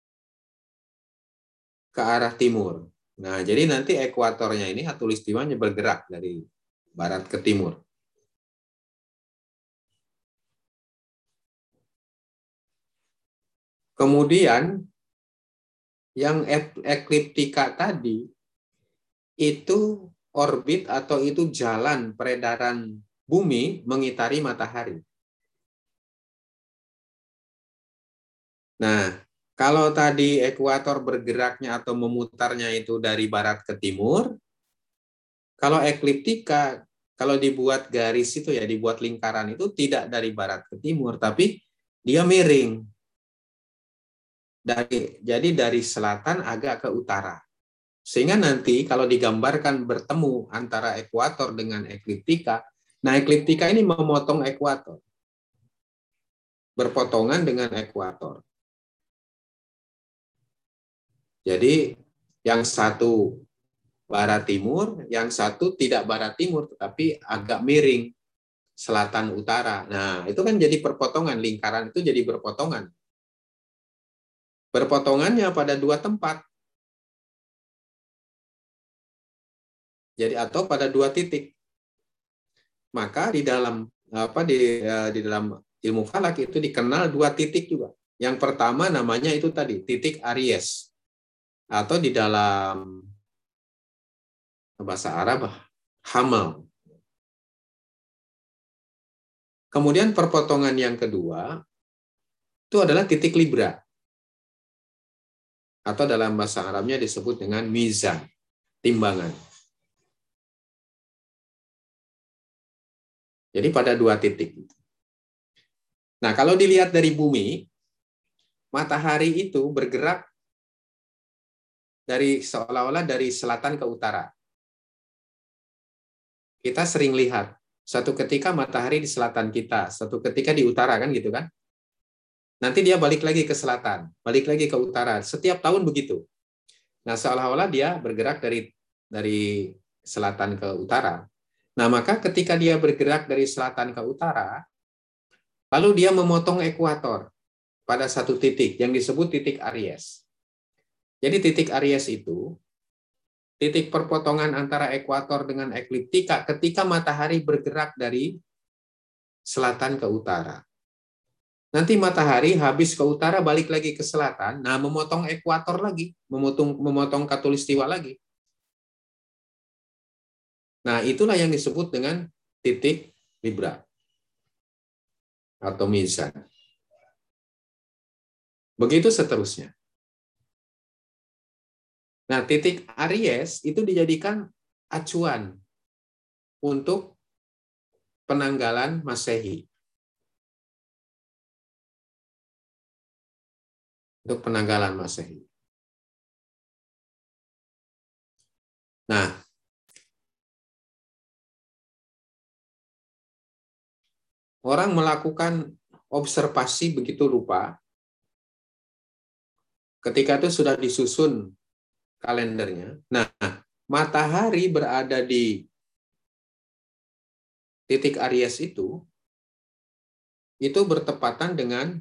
ke arah timur. Nah, jadi nanti ekuatornya ini khatulistiwanya bergerak dari barat ke timur. Kemudian yang ekliptika tadi itu orbit atau itu jalan peredaran bumi mengitari matahari. Nah, kalau tadi ekuator bergeraknya atau memutarnya itu dari barat ke timur, kalau ekliptika, kalau dibuat garis itu ya, dibuat lingkaran itu tidak dari barat ke timur, tapi dia miring. Jadi dari selatan agak ke utara. Sehingga nanti kalau digambarkan bertemu antara ekuator dengan ekliptika, nah ekliptika ini memotong ekuator. Berpotongan dengan ekuator. Jadi yang satu barat timur, yang satu tidak barat timur, tetapi agak miring selatan utara. Nah, itu kan jadi perpotongan, lingkaran itu jadi berpotongan. Berpotongannya pada dua tempat. Jadi atau pada dua titik. Maka di dalam di dalam ilmu falak itu dikenal dua titik juga. Yang pertama namanya itu tadi titik Aries. Atau di dalam bahasa Arab Hamal. Kemudian perpotongan yang kedua itu adalah titik Libra. Atau dalam bahasa Arabnya disebut dengan mizan, timbangan. Jadi pada dua titik. Nah, kalau dilihat dari bumi, matahari itu bergerak dari seolah-olah dari selatan ke utara. Kita sering lihat, satu ketika matahari di selatan kita, satu ketika di utara, kan gitu kan? Nanti dia balik lagi ke selatan, balik lagi ke utara. Setiap tahun begitu. Nah, seolah-olah dia bergerak dari selatan ke utara. Nah, maka ketika dia bergerak dari selatan ke utara, lalu dia memotong ekuator pada satu titik yang disebut titik Aries. Jadi titik Aries itu titik perpotongan antara ekuator dengan ekliptika ketika matahari bergerak dari selatan ke utara. Nanti matahari habis ke utara balik lagi ke selatan, nah memotong ekuator lagi, memotong khatulistiwa lagi. Nah, itulah yang disebut dengan titik Libra atau mizan. Begitu seterusnya. Nah, titik Aries itu dijadikan acuan untuk penanggalan Masehi. Untuk penanggalan Masehi. Nah, orang melakukan observasi begitu rupa ketika itu sudah disusun kalendernya. Nah, matahari berada di titik Aries itu bertepatan dengan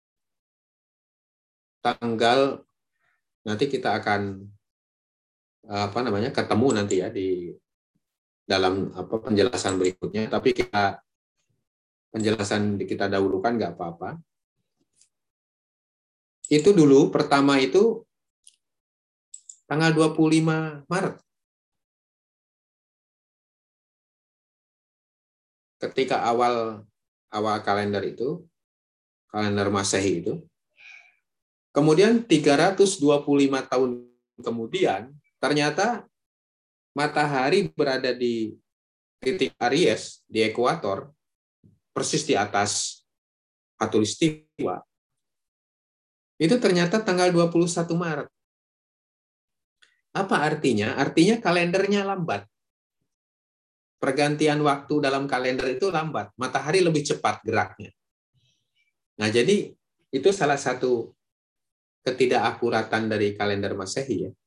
tanggal, nanti kita akan ketemu nanti ya di dalam penjelasan berikutnya, tapi penjelasan kita dahulukan nggak apa-apa. Itu dulu pertama itu tanggal 25 Maret. Ketika awal kalender itu, kalender Masehi itu, kemudian 325 tahun kemudian, ternyata matahari berada di titik Aries, di ekuator, persis di atas khatulistiwa. Itu ternyata tanggal 21 Maret. Apa artinya? Artinya kalendernya lambat. Pergantian waktu dalam kalender itu lambat. Matahari lebih cepat geraknya. Nah, jadi itu salah satu ketidakakuratan dari kalender Masehi ya.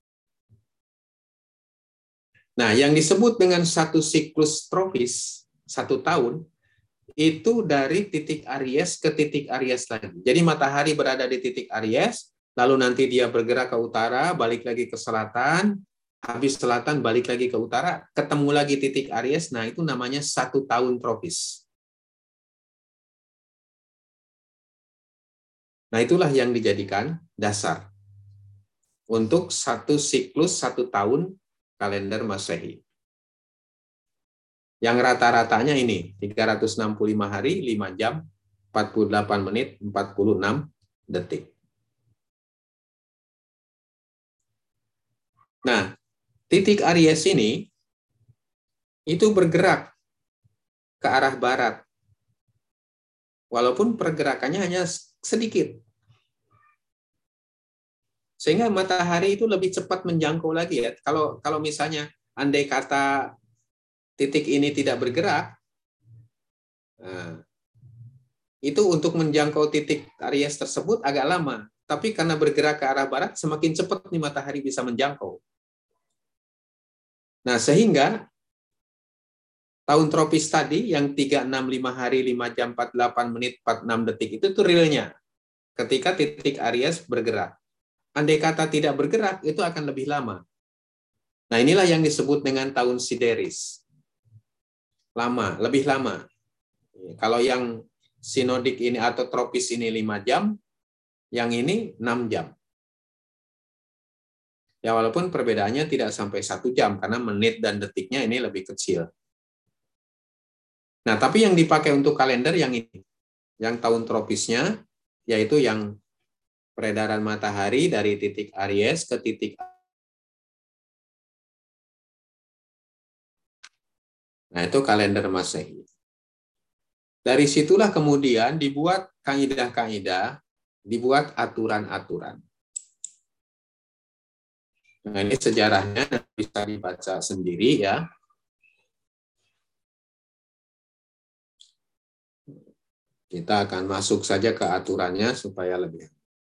Nah, yang disebut dengan satu siklus tropis, 1 tahun, itu dari titik Aries ke titik Aries lagi. Jadi matahari berada di titik Aries, lalu nanti dia bergerak ke utara, balik lagi ke selatan, habis selatan balik lagi ke utara, ketemu lagi titik Aries, nah itu namanya 1 tahun tropis. Nah itulah yang dijadikan dasar untuk satu siklus 1 tahun kalender Masehi. Yang rata-ratanya ini 365 hari, 5 jam, 48 menit, 46 detik. Nah, titik Aries ini itu bergerak ke arah barat. Walaupun pergerakannya hanya sedikit. Sehingga matahari itu lebih cepat menjangkau lagi ya. Kalau misalnya andai kata titik ini tidak bergerak, nah, itu untuk menjangkau titik Aries tersebut agak lama. Tapi karena bergerak ke arah barat, semakin cepat nih matahari bisa menjangkau. Nah, sehingga tahun tropis tadi yang 365 hari, 5 jam, 48 menit, 46 detik itu tuh realnya. Ketika titik Aries bergerak. Andai kata tidak bergerak, itu akan lebih lama. Nah, inilah yang disebut dengan tahun sideris. Lama, lebih lama. Kalau yang sinodik ini atau tropis ini 5 jam, yang ini 6 jam. Ya, walaupun perbedaannya tidak sampai 1 jam, karena menit dan detiknya ini lebih kecil. Nah, tapi yang dipakai untuk kalender yang ini, yang tahun tropisnya, yaitu yang peredaran matahari dari titik Aries ke titik. Nah, itu kalender Masehi. Dari situlah kemudian dibuat kaidah-kaidah, dibuat aturan-aturan. Nah, ini sejarahnya bisa dibaca sendiri ya. Kita akan masuk saja ke aturannya supaya lebih.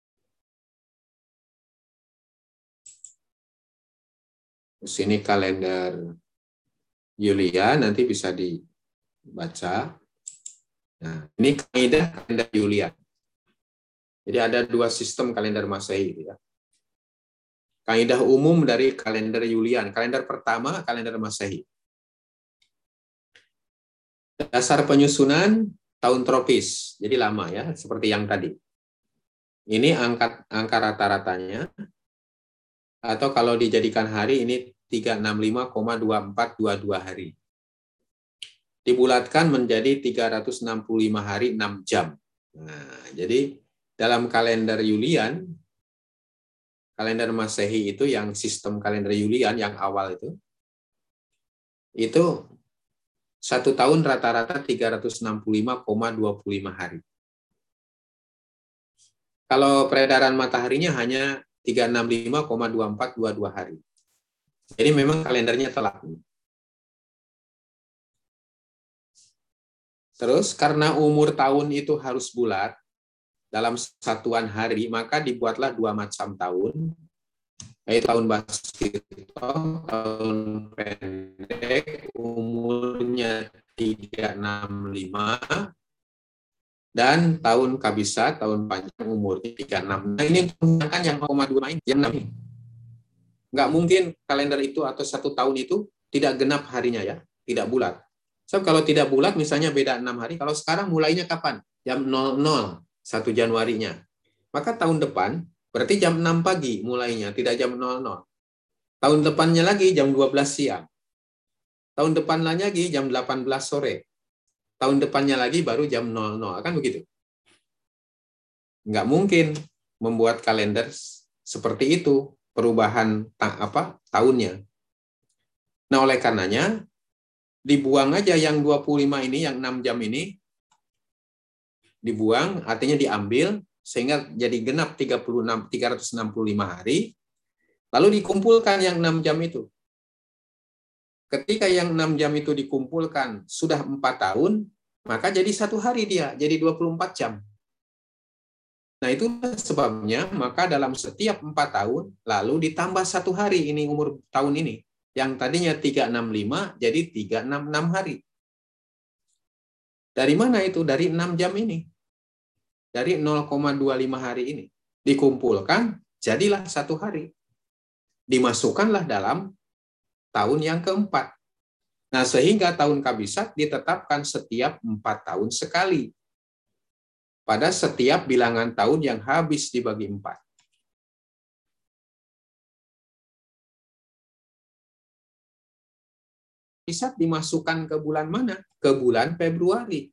Di sini kalender Yulian, nanti bisa dibaca. Nah, ini kaidah kalender Yulian. Jadi ada 2 sistem kalender Masehi ya. Kaidah umum dari kalender Yulian. Kalender pertama, kalender Masehi. Dasar penyusunan tahun tropis. Jadi lama ya, seperti yang tadi. Ini angka rata-ratanya. Atau kalau dijadikan hari, ini 365,2422 hari. Dibulatkan menjadi 365 hari 6 jam. Nah, jadi dalam kalender Yulian, kalender Masehi itu yang sistem kalender Yulian yang awal itu 1 tahun rata-rata 365,25 hari. Kalau peredaran mataharinya hanya 365,2422 hari. Jadi memang kalendernya telat. Terus karena umur tahun itu harus bulat dalam satuan hari, maka dibuatlah 2 macam tahun, yaitu tahun Baskito, tahun pendek, umurnya 365, dan tahun Kabisat, tahun panjang, umurnya 36. Nah, ini menggunakan yang 0,2 ini, yang 6 ini. Nggak mungkin kalender itu atau 1 tahun itu tidak genap harinya ya, tidak bulat. So, kalau tidak bulat, misalnya beda 6 hari, kalau sekarang mulainya kapan? Jam 00, 1 Januarinya. Maka tahun depan, berarti jam 6 pagi mulainya, tidak jam 00. Tahun depannya lagi jam 12 siang. Tahun depan lagi jam 18 sore. Tahun depannya lagi baru jam 00. Kan begitu? Nggak mungkin membuat kalender seperti itu, perubahan tahunnya. Nah, oleh karenanya, dibuang aja yang 25 ini, yang 6 jam ini, dibuang, artinya diambil, sehingga jadi genap 365 hari. Lalu dikumpulkan yang 6 jam itu. Ketika yang 6 jam itu dikumpulkan sudah 4 tahun, maka jadi 1 hari dia, jadi 24 jam. Nah, itu sebabnya maka dalam setiap 4 tahun lalu ditambah 1 hari ini umur tahun ini. Yang tadinya 365 jadi 366 hari. Dari mana itu? Dari 6 jam ini. Dari 0,25 hari ini. Dikumpulkan, jadilah 1 hari. Dimasukkanlah dalam tahun yang keempat. Nah, sehingga tahun Kabisat ditetapkan setiap 4 tahun sekali. Pada setiap bilangan tahun yang habis dibagi 4. Kabisat dimasukkan ke bulan mana? Ke bulan Februari.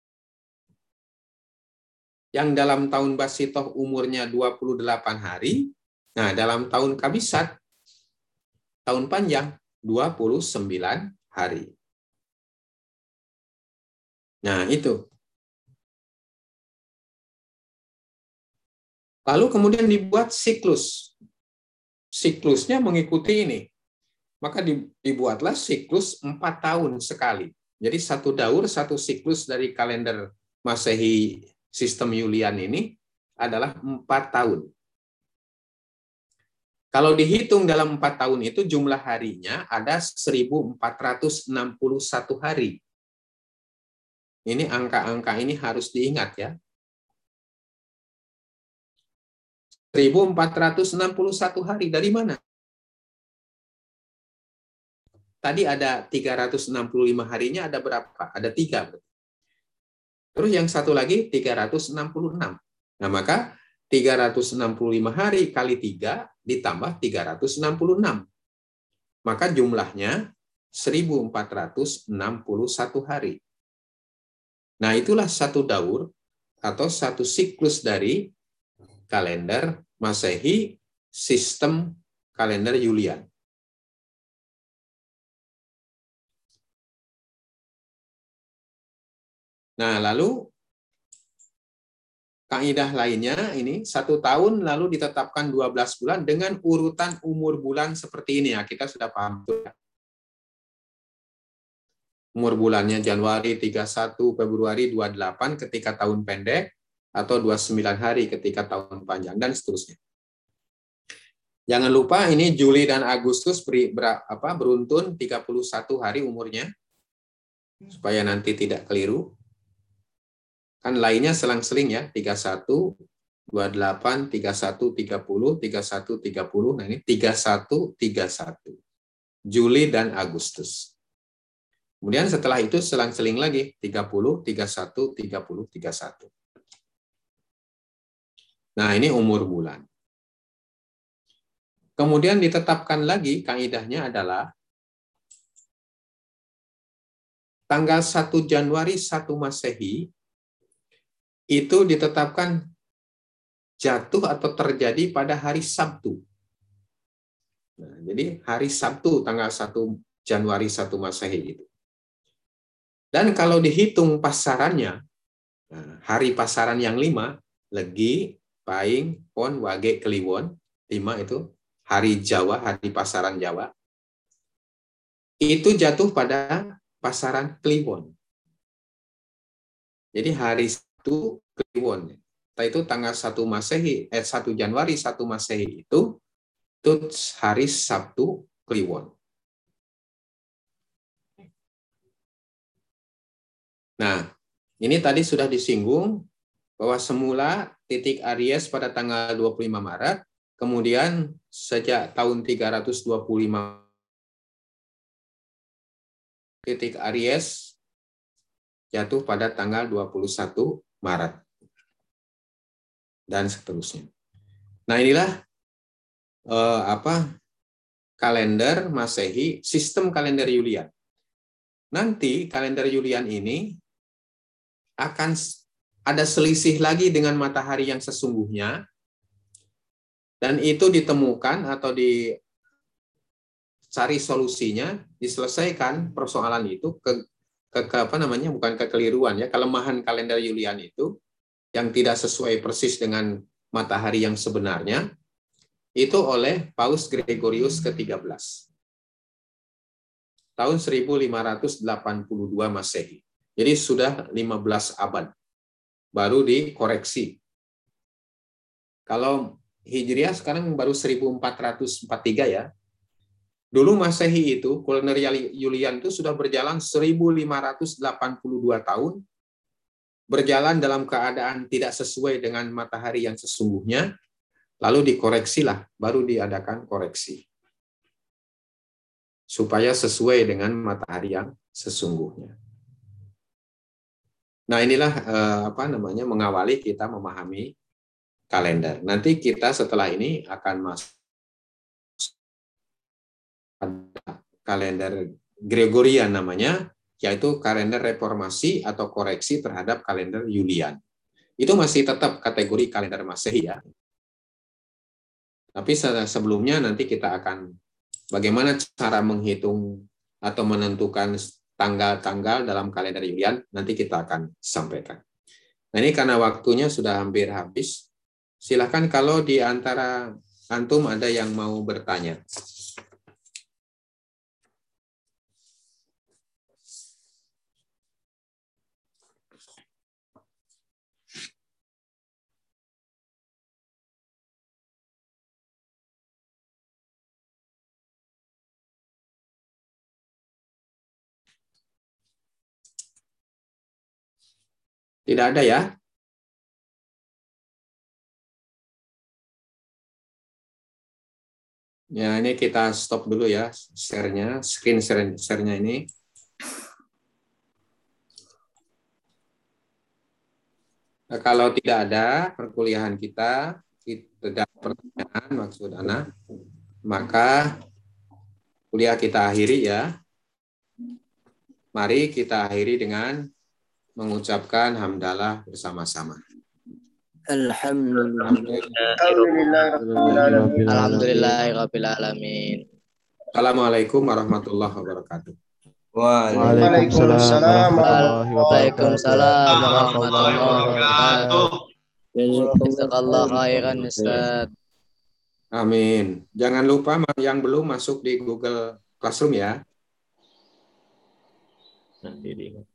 Yang dalam tahun Basitoh umurnya 28 hari. Nah, dalam tahun Kabisat, tahun panjang, 29 hari. Nah, itu. Lalu kemudian dibuat siklus. Siklusnya mengikuti ini. Maka dibuatlah siklus 4 tahun sekali. Jadi 1 daur, 1 siklus dari kalender Masehi sistem Julian ini adalah 4 tahun. Kalau dihitung dalam 4 tahun itu jumlah harinya ada 1461 hari. Ini angka-angka ini harus diingat ya. 1461 hari dari mana? Tadi ada 365 harinya, ada berapa? Ada 3. Terus yang satu lagi 366. Nah, maka 365 hari kali 3 ditambah 366. Maka jumlahnya 1461 hari. Nah, itulah 1 daur atau 1 siklus dari kalender Masehi sistem kalender Julian. Nah, lalu kaidah lainnya ini 1 tahun lalu ditetapkan 12 bulan dengan urutan umur bulan seperti ini ya. Kita sudah paham. Umur bulannya Januari 31, Februari 28 ketika tahun pendek, atau 29 hari ketika tahun panjang, dan seterusnya. Jangan lupa ini Juli dan Agustus beruntun 31 hari umurnya, supaya nanti tidak keliru. Kan lainnya selang-seling ya, 31, 28, 31, 30, 31, 30. Nah ini 31, 31. Juli dan Agustus. Kemudian setelah itu selang-seling lagi, 30, 31, 30, 31. Nah ini umur bulan. Kemudian ditetapkan lagi, kaidahnya adalah tanggal 1 Januari 1 Masehi itu ditetapkan jatuh atau terjadi pada hari Sabtu. Nah, jadi hari Sabtu tanggal 1 Januari 1 Masehi itu. Dan kalau dihitung pasarannya, hari pasaran yang 5, Legi, Paing, Pon, Wage, Kliwon, 5 itu hari Jawa, hari pasaran Jawa. Itu jatuh pada pasaran Kliwon. Jadi hari itu Kliwon. Itu tanggal 1 Masehi, 1 Januari 1 Masehi itu hari Sabtu Kliwon. Nah, ini tadi sudah disinggung bahwa semula titik Aries pada tanggal 25 Maret, kemudian sejak tahun 325 titik Aries jatuh pada tanggal 21 Maret. Dan seterusnya. Nah, inilah kalender Masehi, sistem kalender Julian. Nanti kalender Julian ini akan ada selisih lagi dengan matahari yang sesungguhnya, dan itu ditemukan atau dicari solusinya, diselesaikan persoalan itu bukan kekeliruan ya, kelemahan kalender Julian itu yang tidak sesuai persis dengan matahari yang sebenarnya, itu oleh Paus Gregorius ke-13. Tahun 1582 Masehi. Jadi sudah 15 abad. Baru dikoreksi. Kalau Hijriah sekarang baru 1443 ya. Dulu Masehi itu, kalender Julian itu sudah berjalan 1582 tahun, berjalan dalam keadaan tidak sesuai dengan matahari yang sesungguhnya, lalu dikoreksilah, baru diadakan koreksi. Supaya sesuai dengan matahari yang sesungguhnya. Nah, inilah mengawali kita memahami kalender. Nanti kita setelah ini akan masuk pada kalender Gregorian namanya, yaitu kalender reformasi atau koreksi terhadap kalender Julian. Itu masih tetap kategori kalender Masehi ya. Tapi sebelumnya nanti kita akan bagaimana cara menghitung atau menentukan tanggal-tanggal dalam kalender Julian, nanti kita akan sampaikan. Nah, ini karena waktunya sudah hampir habis. Silakan kalau di antara antum ada yang mau bertanya. Tidak ada ya? Ya, ini kita stop dulu ya share-nya, screen share-nya ini. Nah, kalau tidak ada perkuliahan kita, tidak ada pertanyaan maksud Ana, maka kuliah kita akhiri ya. Mari kita akhiri dengan mengucapkan hamdalah bersama-sama. Alhamdulillahirabbil alamin. Assalamualaikum warahmatullahi wabarakatuh. Waalaikumsalam Waalaikumsalam warahmatullahi wabarakatuh. Jazakallah khairan Ustaz. Amin. Jangan lupa yang belum masuk di Google Classroom ya.